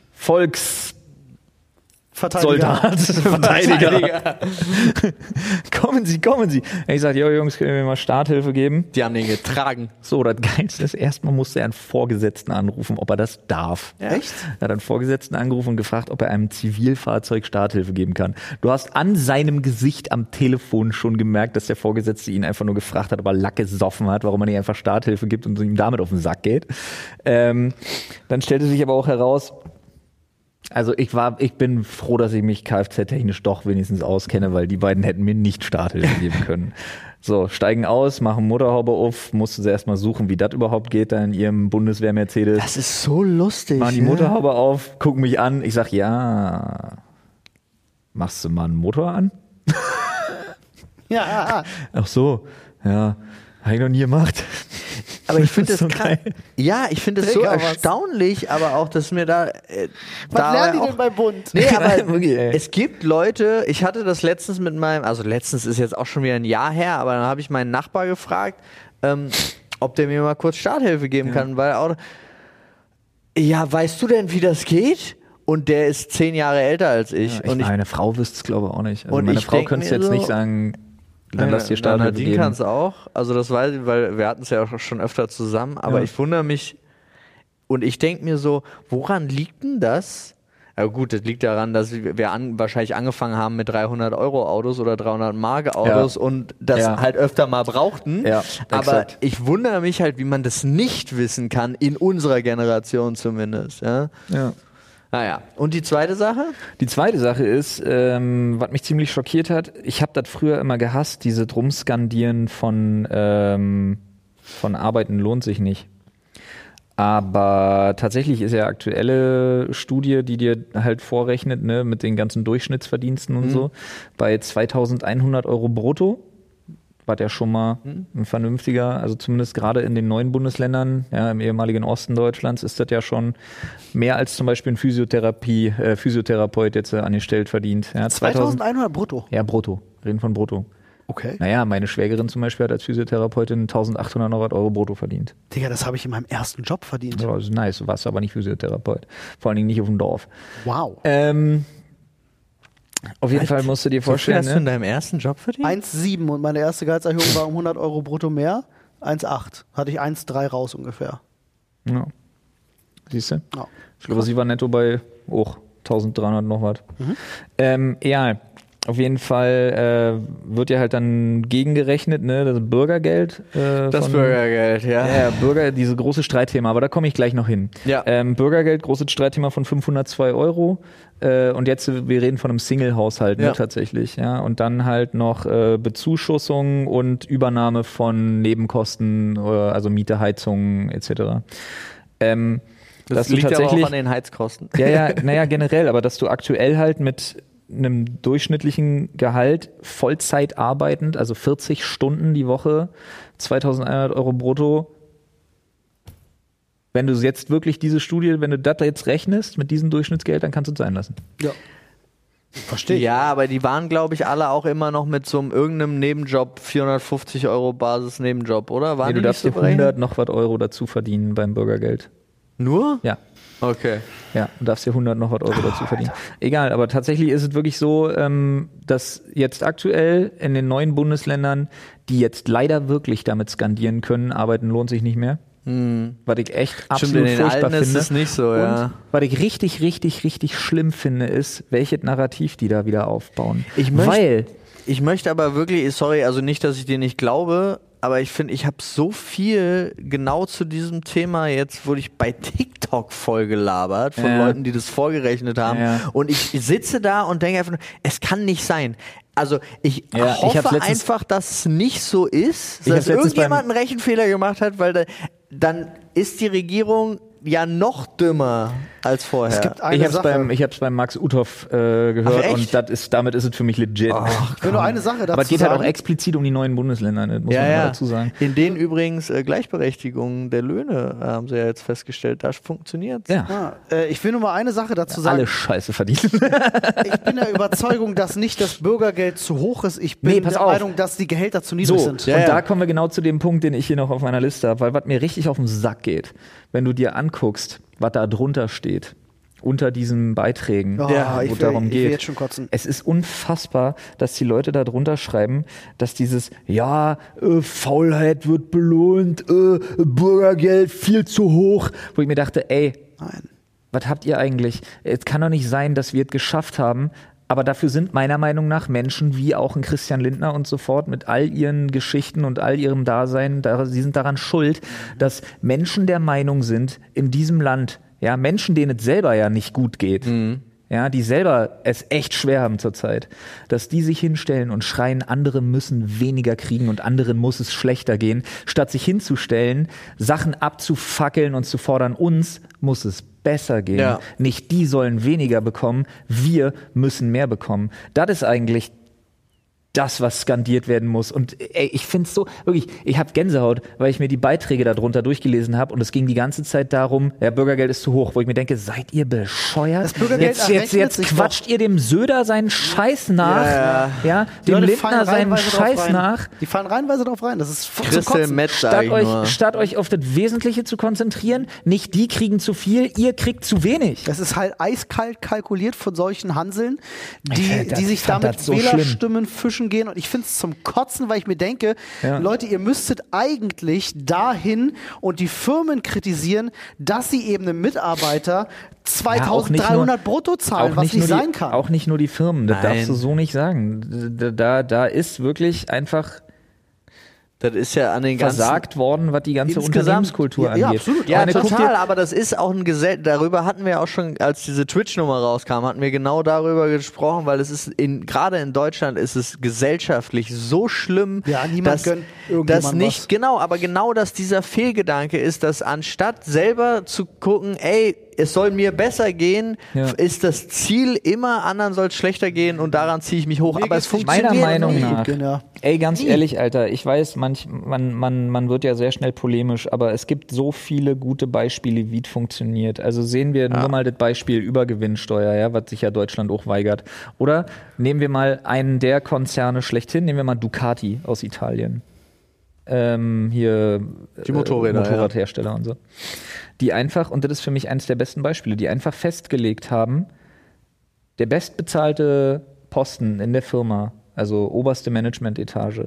Volks Verteidiger. Soldat, Verteidiger. kommen Sie, kommen Sie. Ich sag, jo Jungs, können wir mir mal Starthilfe geben? Die haben den getragen. So, das Geilste ist, erstmal musste er einen Vorgesetzten anrufen, ob er das darf. Ja. Echt? Er hat einen Vorgesetzten angerufen und gefragt, ob er einem Zivilfahrzeug Starthilfe geben kann. Du hast an seinem Gesicht am Telefon schon gemerkt, dass der Vorgesetzte ihn einfach nur gefragt hat, ob er Lack gesoffen hat, warum er nicht einfach Starthilfe gibt und ihm damit auf den Sack geht. Ähm, dann stellte sich aber auch heraus, also ich war, ich bin froh, dass ich mich Kfz-technisch doch wenigstens auskenne, weil die beiden hätten mir nicht Starthilfe geben können. So, steigen aus, machen Motorhaube auf, mussten sie erstmal suchen, wie das überhaupt geht, da in ihrem Bundeswehr-Mercedes. Das ist so lustig. Machen die ne? Motorhaube auf, gucken mich an, ich sag, ja, machst du mal einen Motor an? Ja, Ach so, ja, habe ich noch nie gemacht. Aber ich finde Das das, ist so kann, geil. ja, ich finde das so Digga, was? erstaunlich, aber auch, dass mir da, äh, was da lernen die auch, denn beim Bund? Nee, aber Wirklich, ey. es gibt Leute, ich hatte das letztens mit meinem, also letztens ist jetzt auch schon wieder ein Jahr her, aber dann habe ich meinen Nachbar gefragt, ähm, ob der mir mal kurz Starthilfe geben Ja. kann, weil auch, ja, weißt du denn, wie das geht? Und der ist zehn Jahre älter als ich. Ja, ich und ich, meine Frau wüsste es, glaube ich, auch nicht. Also und meine ich Frau denk könnte es mir jetzt so- nicht sagen, dann lass dir Starthilfe Nadine geben. kann es auch. Also das weiß ich, weil wir hatten es ja auch schon öfter zusammen. Aber Ja. ich wundere mich und ich denke mir so, woran liegt denn das? Ja gut, das liegt daran, dass wir an, wahrscheinlich angefangen haben mit dreihundert Euro Autos oder dreihundert Mark Autos Ja. und das Ja. halt öfter mal brauchten. Ja, aber exakt. ich wundere mich halt, wie man das nicht wissen kann, in unserer Generation zumindest. Ja? Ja. Naja, und die zweite Sache? Die zweite Sache ist, ähm, was mich ziemlich schockiert hat, ich habe das früher immer gehasst, diese Drumskandieren von, ähm, von Arbeiten lohnt sich nicht. Aber tatsächlich ist ja aktuelle Studie, die dir halt vorrechnet, ne, mit den ganzen Durchschnittsverdiensten und Mhm. so, bei zweitausendeinhundert Euro brutto war der schon mal ein vernünftiger, also zumindest gerade in den neuen Bundesländern, ja, im ehemaligen Osten Deutschlands ist das ja schon mehr als zum Beispiel ein Physiotherapie, äh, Physiotherapeut jetzt äh, angestellt verdient. Ja, zweitausendeinhundert brutto? Ja, brutto. Reden von brutto. Okay. Naja, meine Schwägerin zum Beispiel hat als Physiotherapeutin eintausendachthundert Euro brutto verdient. Digga, das habe ich in meinem ersten Job verdient. Ja, das ist nice, du warst aber nicht Physiotherapeut. Vor allen Dingen nicht auf dem Dorf. Wow. Ähm, auf jeden Alter, Fall musst du dir So viel vorstellen, hast du in ne? deinem ersten Job verdient? eins Komma sieben und meine erste Gehaltserhöhung war um hundert Euro brutto mehr. eins Komma acht. Hatte ich eins Komma drei raus ungefähr. Ja. Siehst du? Ja. Ich glaube, sie war netto bei auch eintausenddreihundert noch was. Mhm. Ähm, ja, auf jeden Fall äh, wird ja halt dann gegengerechnet, ne, das Bürgergeld. Äh, Das von, Bürgergeld, ja. Ja, Bürger, diese große Streitthema, aber da komme ich gleich noch hin. Ja. Ähm, Bürgergeld, großes Streitthema von fünfhundertzwei Euro. Äh, und jetzt, wir reden von einem Single-Haushalt, ne, Ja. tatsächlich. Ja. Und dann halt noch äh, Bezuschussung und Übernahme von Nebenkosten, äh, also Miete, Heizung et cetera. Ähm, Das dass du liegt aber tatsächlich, auch an den Heizkosten. ja, ja, naja, generell, aber dass du aktuell halt mit einem durchschnittlichen Gehalt Vollzeit arbeitend, also vierzig Stunden die Woche, zweitausendeinhundert Euro brutto, wenn du jetzt wirklich diese Studie, wenn du das jetzt rechnest mit diesem Durchschnittsgeld, dann kannst du es sein lassen. Ja. Verstehe ich. Ja, aber die waren, glaube ich, alle auch immer noch mit so einem irgendeinem Nebenjob, vierhundertfünfzig Euro Basis-Nebenjob, oder? Waren Nee, du die darfst nicht dir so hundert noch was Euro dazu verdienen beim Bürgergeld. Nur? Ja. Okay. Ja, du darfst dir hundert noch was Euro dazu verdienen. Egal, aber tatsächlich ist es wirklich so, ähm, dass jetzt aktuell in den neuen Bundesländern, die jetzt leider wirklich damit skandieren können, arbeiten lohnt sich nicht mehr. Hm. Was ich echt Stimmt, absolut in den furchtbar Alten ist finde. es nicht so, ja. Und was ich richtig, richtig, richtig schlimm finde, ist, welches Narrativ die da wieder aufbauen. Ich möchte- Weil, Ich möchte aber wirklich, sorry, also nicht, dass ich dir nicht glaube, aber ich finde, ich habe so viel genau zu diesem Thema jetzt, wurde ich bei TikTok voll gelabert von Ja. Leuten, die das vorgerechnet haben. Ja. Und ich sitze da und denke einfach nur, es kann nicht sein. Also ich Ja, ich hoffe hab's letztens- einfach, dass es nicht so ist, Ich hab's dass letztens irgendjemand einen Rechenfehler gemacht hat, weil da, dann ist die Regierung ja noch dümmer als vorher. Es gibt eine ich hab's Sache. beim, ich hab's beim Max Uthoff äh, gehört Ach, echt? und das ist, damit ist es für mich legit. Ich will nur eine Sache dazu Aber es geht halt auch sagen. explizit um die neuen Bundesländer, ne? Muss ja, man ja. mal dazu sagen. In denen übrigens äh, Gleichberechtigung der Löhne, äh, haben sie ja jetzt festgestellt, da funktioniert. Ja. Ah, äh, ich will nur mal eine Sache dazu sagen. Alle Scheiße verdienen. Ich bin der Überzeugung, dass nicht das Bürgergeld zu hoch ist. Ich bin Nee, pass der auf. Meinung, dass die Gehälter zu niedrig So, sind. Ja, und ja. da kommen wir genau zu dem Punkt, den ich hier noch auf meiner Liste habe, weil was mir richtig auf den Sack geht, wenn du dir anguckst, was da drunter steht, unter diesen Beiträgen, Oh, Ja, ich wo will, es darum ich will geht. jetzt schon kotzen. Es ist unfassbar, dass die Leute da drunter schreiben, dass dieses, ja, äh, Faulheit wird belohnt, äh, Bürgergeld viel zu hoch, wo ich mir dachte, ey, Nein. was habt ihr eigentlich? Es kann doch nicht sein, dass wir es geschafft haben, aber dafür sind meiner Meinung nach Menschen wie auch ein Christian Lindner und so fort mit all ihren Geschichten und all ihrem Dasein, da, sie sind daran schuld, dass Menschen der Meinung sind, in diesem Land, ja, Menschen, denen es selber ja nicht gut geht, ja, die selber es echt schwer haben zurzeit, dass die sich hinstellen und schreien, andere müssen weniger kriegen und anderen muss es schlechter gehen, statt sich hinzustellen, Sachen abzufackeln und zu fordern, uns muss es besser gehen. Ja. Nicht die sollen weniger bekommen, wir müssen mehr bekommen. Das ist eigentlich das, was skandiert werden muss. Und ey, ich finde es so, wirklich, ich habe Gänsehaut, weil ich mir die Beiträge darunter durchgelesen habe und es ging die ganze Zeit darum, ja, Bürgergeld ist zu hoch, wo ich mir denke, seid ihr bescheuert? Das Bürgergeld jetzt jetzt, errechnet jetzt sich quatscht ihr dem Söder seinen Scheiß nach, Ja, ja, Die dem Leute fallen Lindner seinen reihenweise drauf Scheiß rein. nach. Die fallen reihenweise drauf rein. Das ist zum Christel Kotzen. Metz, sag Statt ich euch, nur. statt euch auf das Wesentliche zu konzentrieren, nicht die kriegen zu viel, ihr kriegt zu wenig. Das ist halt eiskalt kalkuliert von solchen Hanseln, die, Alter, das die sich fand damit das so Wählerstimmen fischen gehen. Und ich finde es zum Kotzen, weil ich mir denke, Ja. Leute, ihr müsstet eigentlich dahin und die Firmen kritisieren, dass sie eben einem Mitarbeiter zweitausenddreihundert brutto zahlen, auch was nicht nicht nur sein die, kann. Auch nicht nur die Firmen, das Nein. darfst du so nicht sagen. Da, da, da ist wirklich einfach Das ist ja an den ganzen versagt worden, was die ganze Insgesamt- Unternehmenskultur Ja, ja, angeht. absolut. Ja, Meine, guck total, dir- aber das ist auch ein Gesell, darüber hatten wir auch schon, als diese Twitch-Nummer rauskam, hatten wir genau darüber gesprochen, weil es ist in, gerade in Deutschland ist es gesellschaftlich so schlimm, Ja, niemand dass, gönnt irgendjemandem dass nicht, was. genau, aber genau, dass dieser Fehlgedanke ist, dass anstatt selber zu gucken, ey, es soll mir besser gehen, Ja. ist das Ziel immer, anderen soll es schlechter gehen und daran ziehe ich mich hoch. Mir Aber es geht's nicht funktioniert Meiner Meinung nie. nach. Genau. Ey, ganz ehrlich, Alter, ich weiß, manch, man, man, man wird ja sehr schnell polemisch, aber es gibt so viele gute Beispiele, wie es funktioniert. Also sehen wir nur mal das Beispiel Übergewinnsteuer, ja, was sich ja Deutschland auch weigert. Oder nehmen wir mal einen der Konzerne schlechthin, nehmen wir mal Ducati aus Italien. Ähm, hier Die Motorräder, äh, Motorradhersteller und so. Die einfach, und das ist für mich eines der besten Beispiele, die einfach festgelegt haben, der bestbezahlte Posten in der Firma, also oberste Management-Etage,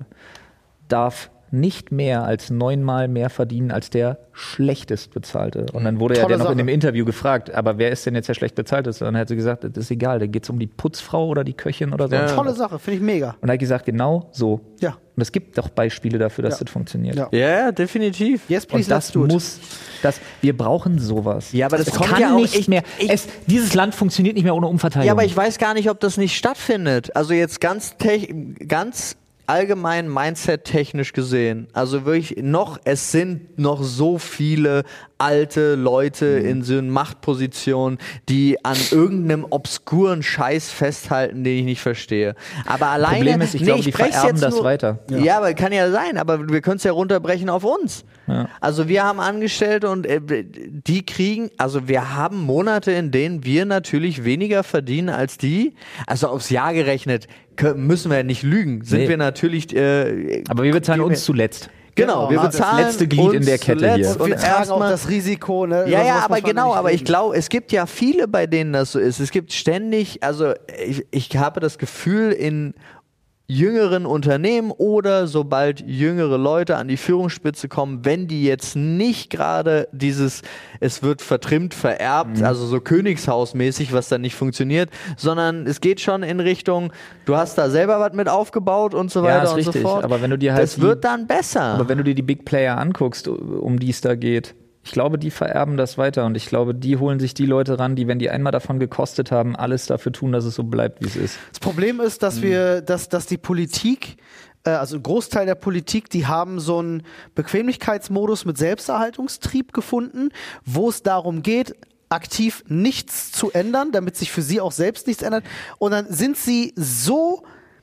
darf nicht mehr als neunmal mehr verdienen als der schlechtest bezahlte. Und dann wurde ja Tolle der noch Sache. in dem Interview gefragt, aber wer ist denn jetzt der schlecht bezahlte? Und dann hat sie gesagt, das ist egal, da geht es um die Putzfrau oder die Köchin oder so. Ja. Tolle Sache, finde ich mega. Und er hat gesagt, genau so. Ja. Und es gibt doch Beispiele dafür, dass Ja. das funktioniert. Ja. Ja, ja, definitiv. Yes, please, Und das let's do it. muss, das, wir brauchen sowas. Ja, aber das es kommt kann ja auch nicht echt- mehr. ich- es, dieses Land funktioniert nicht mehr ohne Umverteilung. Ja, aber ich weiß gar nicht, ob das nicht stattfindet. Also jetzt ganz, tech- ganz allgemein Mindset-technisch gesehen. Also wirklich noch, es sind noch so viele alte Leute Mhm. in so Machtpositionen, die an irgendeinem obskuren Scheiß festhalten, den ich nicht verstehe. Aber alleine... Problem ist, ich glaube, die sprech's vererben jetzt das nur- weiter. Ja. ja, aber kann ja sein, aber wir können es ja runterbrechen auf uns. Ja. Also wir haben Angestellte und äh, die kriegen, also wir haben Monate, in denen wir natürlich weniger verdienen als die. Also aufs Jahr gerechnet kö- müssen wir ja nicht lügen. Sind Nee. wir natürlich... Äh, Aber wir bezahlen gehen uns wir- zuletzt. Genau, wir Genau, das bezahlen letzte Glied in uns der Kette zuletzt hier. Und wir und tragen auch erstmal- das Risiko. Ne? ja, Über ja, sowas aber muss man genau, nicht aber ich reden. glaube, es gibt ja viele, bei denen das so ist. Es gibt ständig, also ich, ich habe das Gefühl, in jüngeren Unternehmen oder sobald jüngere Leute an die Führungsspitze kommen, wenn die jetzt nicht gerade dieses, es wird vertrimmt, vererbt, also so Königshausmäßig, was dann nicht funktioniert, sondern es geht schon in Richtung, du hast da selber was mit aufgebaut und so Ja, weiter ist und richtig, so fort. aber wenn du dir halt das die- wird dann besser. Aber wenn du dir die Big Player anguckst, um die es da geht, ich glaube, die vererben das weiter und ich glaube, die holen sich die Leute ran, die, wenn die einmal davon gekostet haben, alles dafür tun, dass es so bleibt, wie es ist. Das Problem ist, dass wir, dass, dass die Politik, äh, also ein Großteil der Politik, die haben so einen Bequemlichkeitsmodus mit Selbsterhaltungstrieb gefunden, wo es darum geht, aktiv nichts zu ändern, damit sich für sie auch selbst nichts ändert. Und dann sind sie so,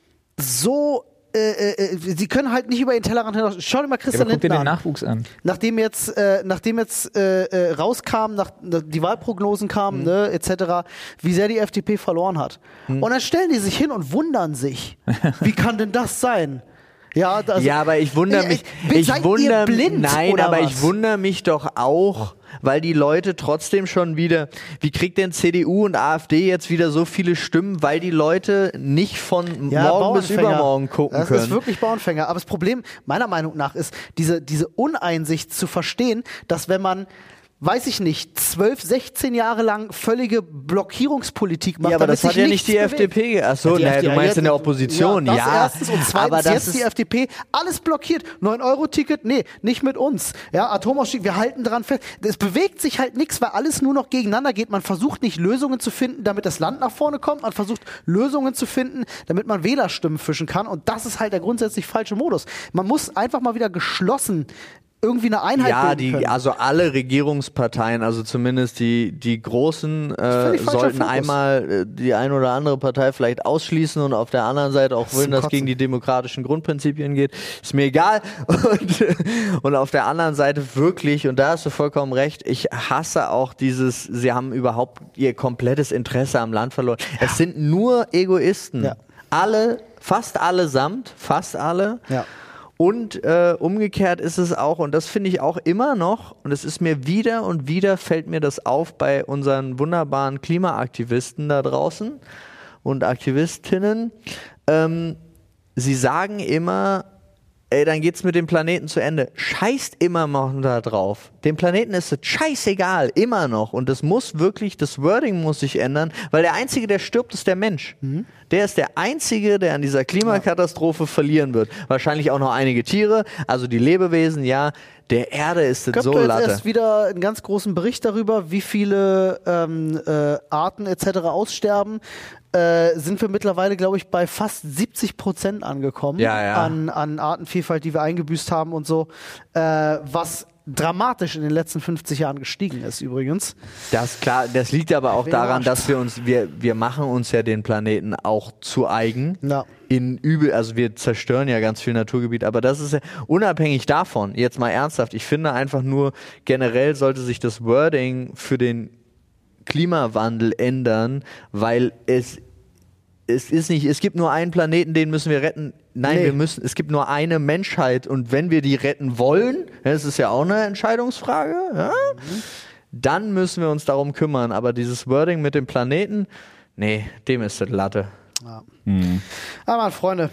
so Äh, äh, sie können halt nicht über ihren Tellerrand hinaus. Schau dir mal Ja, Christian aber guck dir Lindner den an. Nachwuchs an. Nachdem jetzt, äh, nachdem jetzt äh, äh, rauskam, nach, die Wahlprognosen kamen, Mhm. ne, et cetera, wie sehr die F D P verloren hat. Und dann stellen die sich hin und wundern sich. Wie kann denn das sein? Ja, also, ja, aber ich wundere Äh, mich. äh, Ich seid ihr wundere blind, Nein, oder aber was? ich wundere mich doch auch, weil die Leute trotzdem schon wieder. Wie kriegt denn C D U und AfD jetzt wieder so viele Stimmen, weil die Leute nicht von Ja, morgen bis Bauernfänger. übermorgen gucken das können? Das ist wirklich Bauernfänger. Aber das Problem meiner Meinung nach ist, diese, diese Uneinsicht zu verstehen, dass wenn man, weiß ich nicht, zwölf, sechzehn Jahre lang völlige Blockierungspolitik macht, ja, aber damit das hat sich ja nichts nicht die bewegt. F D P. ge- Achso, Ja, die naja, F D du P meinst jetzt- in der Opposition, ja. ja. Das erstens und zweitens, aber das jetzt ist die F D P, alles blockiert. neun Euro Ticket, nee, nicht mit uns. Ja, Atomausstieg, wir halten dran fest. Es bewegt sich halt nichts, weil alles nur noch gegeneinander geht. Man versucht nicht Lösungen zu finden, damit das Land nach vorne kommt. Man versucht Lösungen zu finden, damit man Wählerstimmen fischen kann. Und das ist halt der grundsätzlich falsche Modus. Man muss einfach mal wieder geschlossen irgendwie eine Einheit Ja, bilden die, können. also alle Regierungsparteien, also zumindest die, die großen, äh, völlig falscher sollten Fokus. einmal äh, die ein oder andere Partei vielleicht ausschließen und auf der anderen Seite auch ist wollen, zum dass Kotzen. gegen die demokratischen Grundprinzipien geht. Ist mir egal. Und, und auf der anderen Seite wirklich, und da hast du vollkommen recht, ich hasse auch dieses, sie haben überhaupt ihr komplettes Interesse am Land verloren. Es sind nur Egoisten. Ja. Alle, fast allesamt, fast alle. Ja. Und äh, umgekehrt ist es auch, und das finde ich auch immer noch, und es ist mir wieder und wieder fällt mir das auf bei unseren wunderbaren Klimaaktivisten da draußen und Aktivistinnen, ähm, sie sagen immer, ey, dann geht's mit dem Planeten zu Ende. Scheißt immer noch da drauf. Dem Planeten ist es scheißegal, immer noch. Und das muss wirklich, das Wording muss sich ändern, weil der Einzige, der stirbt, ist der Mensch. Mhm. Der ist der Einzige, der an dieser Klimakatastrophe verlieren wird. Wahrscheinlich auch noch einige Tiere, also die Lebewesen, ja. Der Erde ist es Es so gibt jetzt Latte. erst wieder einen ganz großen Bericht darüber, wie viele ähm, äh, Arten et cetera aussterben. Äh, sind wir mittlerweile, glaube ich, bei fast siebzig Prozent angekommen Ja, ja. An, an Artenvielfalt, die wir eingebüßt haben und so. Äh, was dramatisch in den letzten fünfzig Jahren gestiegen ist übrigens. Das klar, das liegt aber auch Wer daran, überrascht? dass wir uns, wir, wir machen uns ja den Planeten auch zu eigen. Ja. In übel, also wir zerstören ja ganz viel Naturgebiet, aber das ist ja unabhängig davon, jetzt mal ernsthaft, ich finde einfach nur, generell sollte sich das Wording für den Klimawandel ändern, weil es es ist nicht, es gibt nur einen Planeten, den müssen wir retten. Nein, Nee. wir müssen, es gibt nur eine Menschheit und wenn wir die retten wollen, das ist ja auch eine Entscheidungsfrage, ja, dann müssen wir uns darum kümmern. Aber dieses Wording mit dem Planeten, nee, dem ist das Latte. Ja. Mhm. Aber Freunde,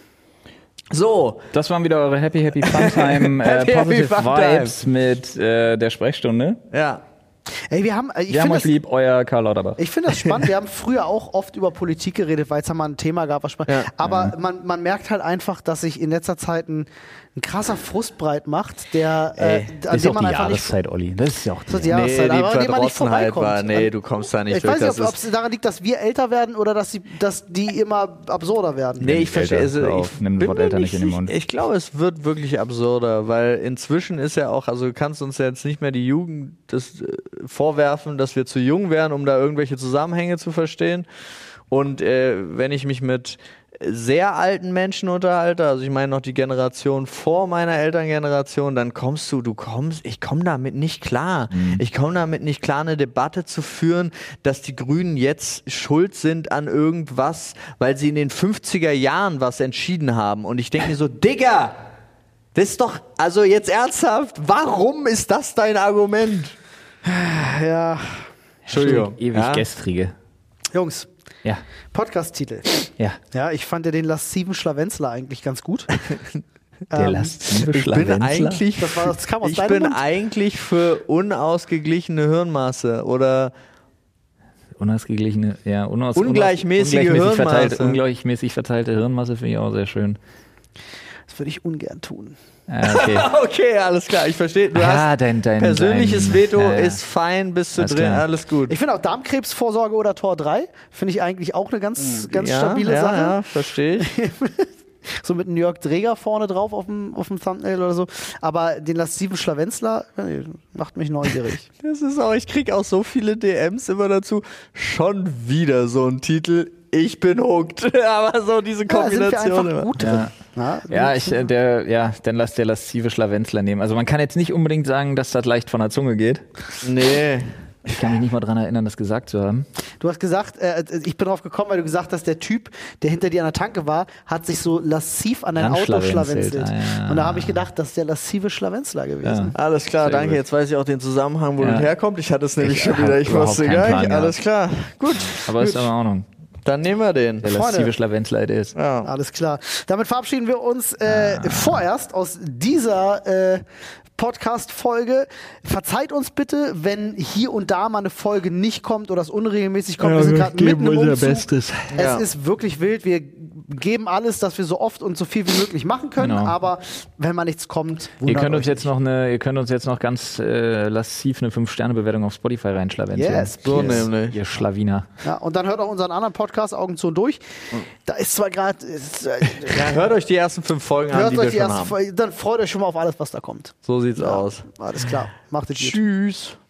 So, Das waren wieder eure Happy Happy Funtime äh, Happy, Happy Positive Funtime. Vibes mit äh, der Sprechstunde. ja. ey, wir haben, ich Wir haben finde euch das, lieb, euer Karl Lauterbach. ich finde das spannend. Wir haben früher auch oft über Politik geredet, weil es da mal ein Thema gab, was spannend. Ja. Aber man, man merkt halt einfach, dass sich in letzter Zeit ein, ein krasser Frust breit macht, der, äh, Ey, an Das ist dem auch man die einfach nicht. Jahreszeit, Olli. Das ist ja auch Das ist die die Nee, Jahreszeit, die aber an dem man nicht Verdrossenheit vorbeikommt. war, nee, du kommst da nicht Ich durch. weiß nicht, Das ob ist, es daran liegt, dass wir älter werden oder dass die, dass die immer absurder werden. nee, ich nicht verstehe. älter. Also, Hör ich auf, nimm das bin Wort mir älter nicht in den sicher. Mund. Ich glaube, es wird wirklich absurder, weil inzwischen ist ja auch, also du kannst uns ja jetzt nicht mehr die Jugend das, äh, vorwerfen, dass wir zu jung wären, um da irgendwelche Zusammenhänge zu verstehen. Und äh, wenn ich mich mit sehr alten Menschen unterhalte, also ich meine noch die Generation vor meiner Elterngeneration, dann kommst du, du kommst, ich komme damit nicht klar. Mhm. Ich komme damit nicht klar, eine Debatte zu führen, dass die Grünen jetzt schuld sind an irgendwas, weil sie in den fünfziger Jahren was entschieden haben. Und ich denke mir so, Digga, das ist doch, also jetzt ernsthaft, warum ist das dein Argument? Ja, Entschuldigung. ewig ja? gestrige. Jungs, Ja, Podcast-Titel. ja. Ja, ich fand ja den lasziven Schlawenzler eigentlich ganz gut. Der Ähm, laszive Ich bin Schlawenzler. eigentlich, Das war- das kam aus ich deinem bin Mund. eigentlich für unausgeglichene Hirnmasse oder Unausgeglichene, ja, unaus, Ungleichmäßige ungleichmäßig Hirnmasse. verteilte, ungleichmäßig verteilte Hirnmasse finde ich auch sehr schön. das würde ich ungern tun. Ah, okay. okay, alles klar, ich verstehe. Du Ja, hast dein, dein, persönliches dein, Veto ja, ja. ist fein bis zu Alles drin, klar. alles gut. Ich finde auch Darmkrebsvorsorge oder Tor drei finde ich eigentlich auch eine ganz, ganz ja, stabile ja, Sache. Ja, verstehe ich. So mit einem Jörg Dreger vorne drauf auf dem, auf dem Thumbnail oder so. Aber den lasziven Schlawenzler äh, macht mich neugierig. Das ist auch, ich krieg auch so viele D Ms immer dazu. Schon wieder so ein Titel. Ich bin hooked. Aber so diese Ja, sind wir Kombination einfach immer. gut drin. Ja. Ja, Ja, ich, äh, der, ja, dann lass der laszive Schlawenzler nehmen. Also man kann jetzt nicht unbedingt sagen, dass das leicht von der Zunge geht. Nee. Ich kann mich nicht mal dran erinnern, das gesagt zu haben. Du hast gesagt, äh, ich bin drauf gekommen, weil du gesagt hast, der Typ, der hinter dir an der Tanke war, hat sich so lassiv an dein Auto Ranschlawenzelt. schlawenzelt. Ah, ja. Und da habe ich gedacht, das ist der lassive Schlawenzler gewesen. Alles klar, Sehr danke. gut. Jetzt weiß ich auch den Zusammenhang, wo Ja. das herkommt. Ich hatte es nämlich Ich schon hab wieder. Ich überhaupt wusste keinen gar Plan nicht. gehabt. Alles klar. Gut. Aber ist aber auch noch. Dann nehmen wir den. Der Freunde. laszive Schlawenzler it is. Ja. Alles klar. Damit verabschieden wir uns äh, vorerst aus dieser äh, Podcast-Folge. Verzeiht uns bitte, wenn hier und da mal eine Folge nicht kommt oder es unregelmäßig kommt. wir sind gerade mitten im Umzug. Es Ja. ist wirklich wild. Wir geben alles, dass wir so oft und so viel wie möglich machen können. Genau. Aber wenn mal nichts kommt, Ihr wundert könnt uns euch jetzt noch eine, ihr könnt uns jetzt noch ganz äh, lassiv eine fünf Sterne Bewertung auf Spotify reinschlawenzeln. Yes, So please. nämlich. Ihr Schlawiner. Ja, und dann hört auch unseren anderen Podcast Augen zu und durch. Da ist zwar gerade, äh, Ja, hört euch die ersten fünf Folgen an, hört die euch wir die schon erste haben. Folge, dann freut euch schon mal auf alles, was da kommt. So sieht's Ja, aus. alles klar. Macht es gut. Tschüss.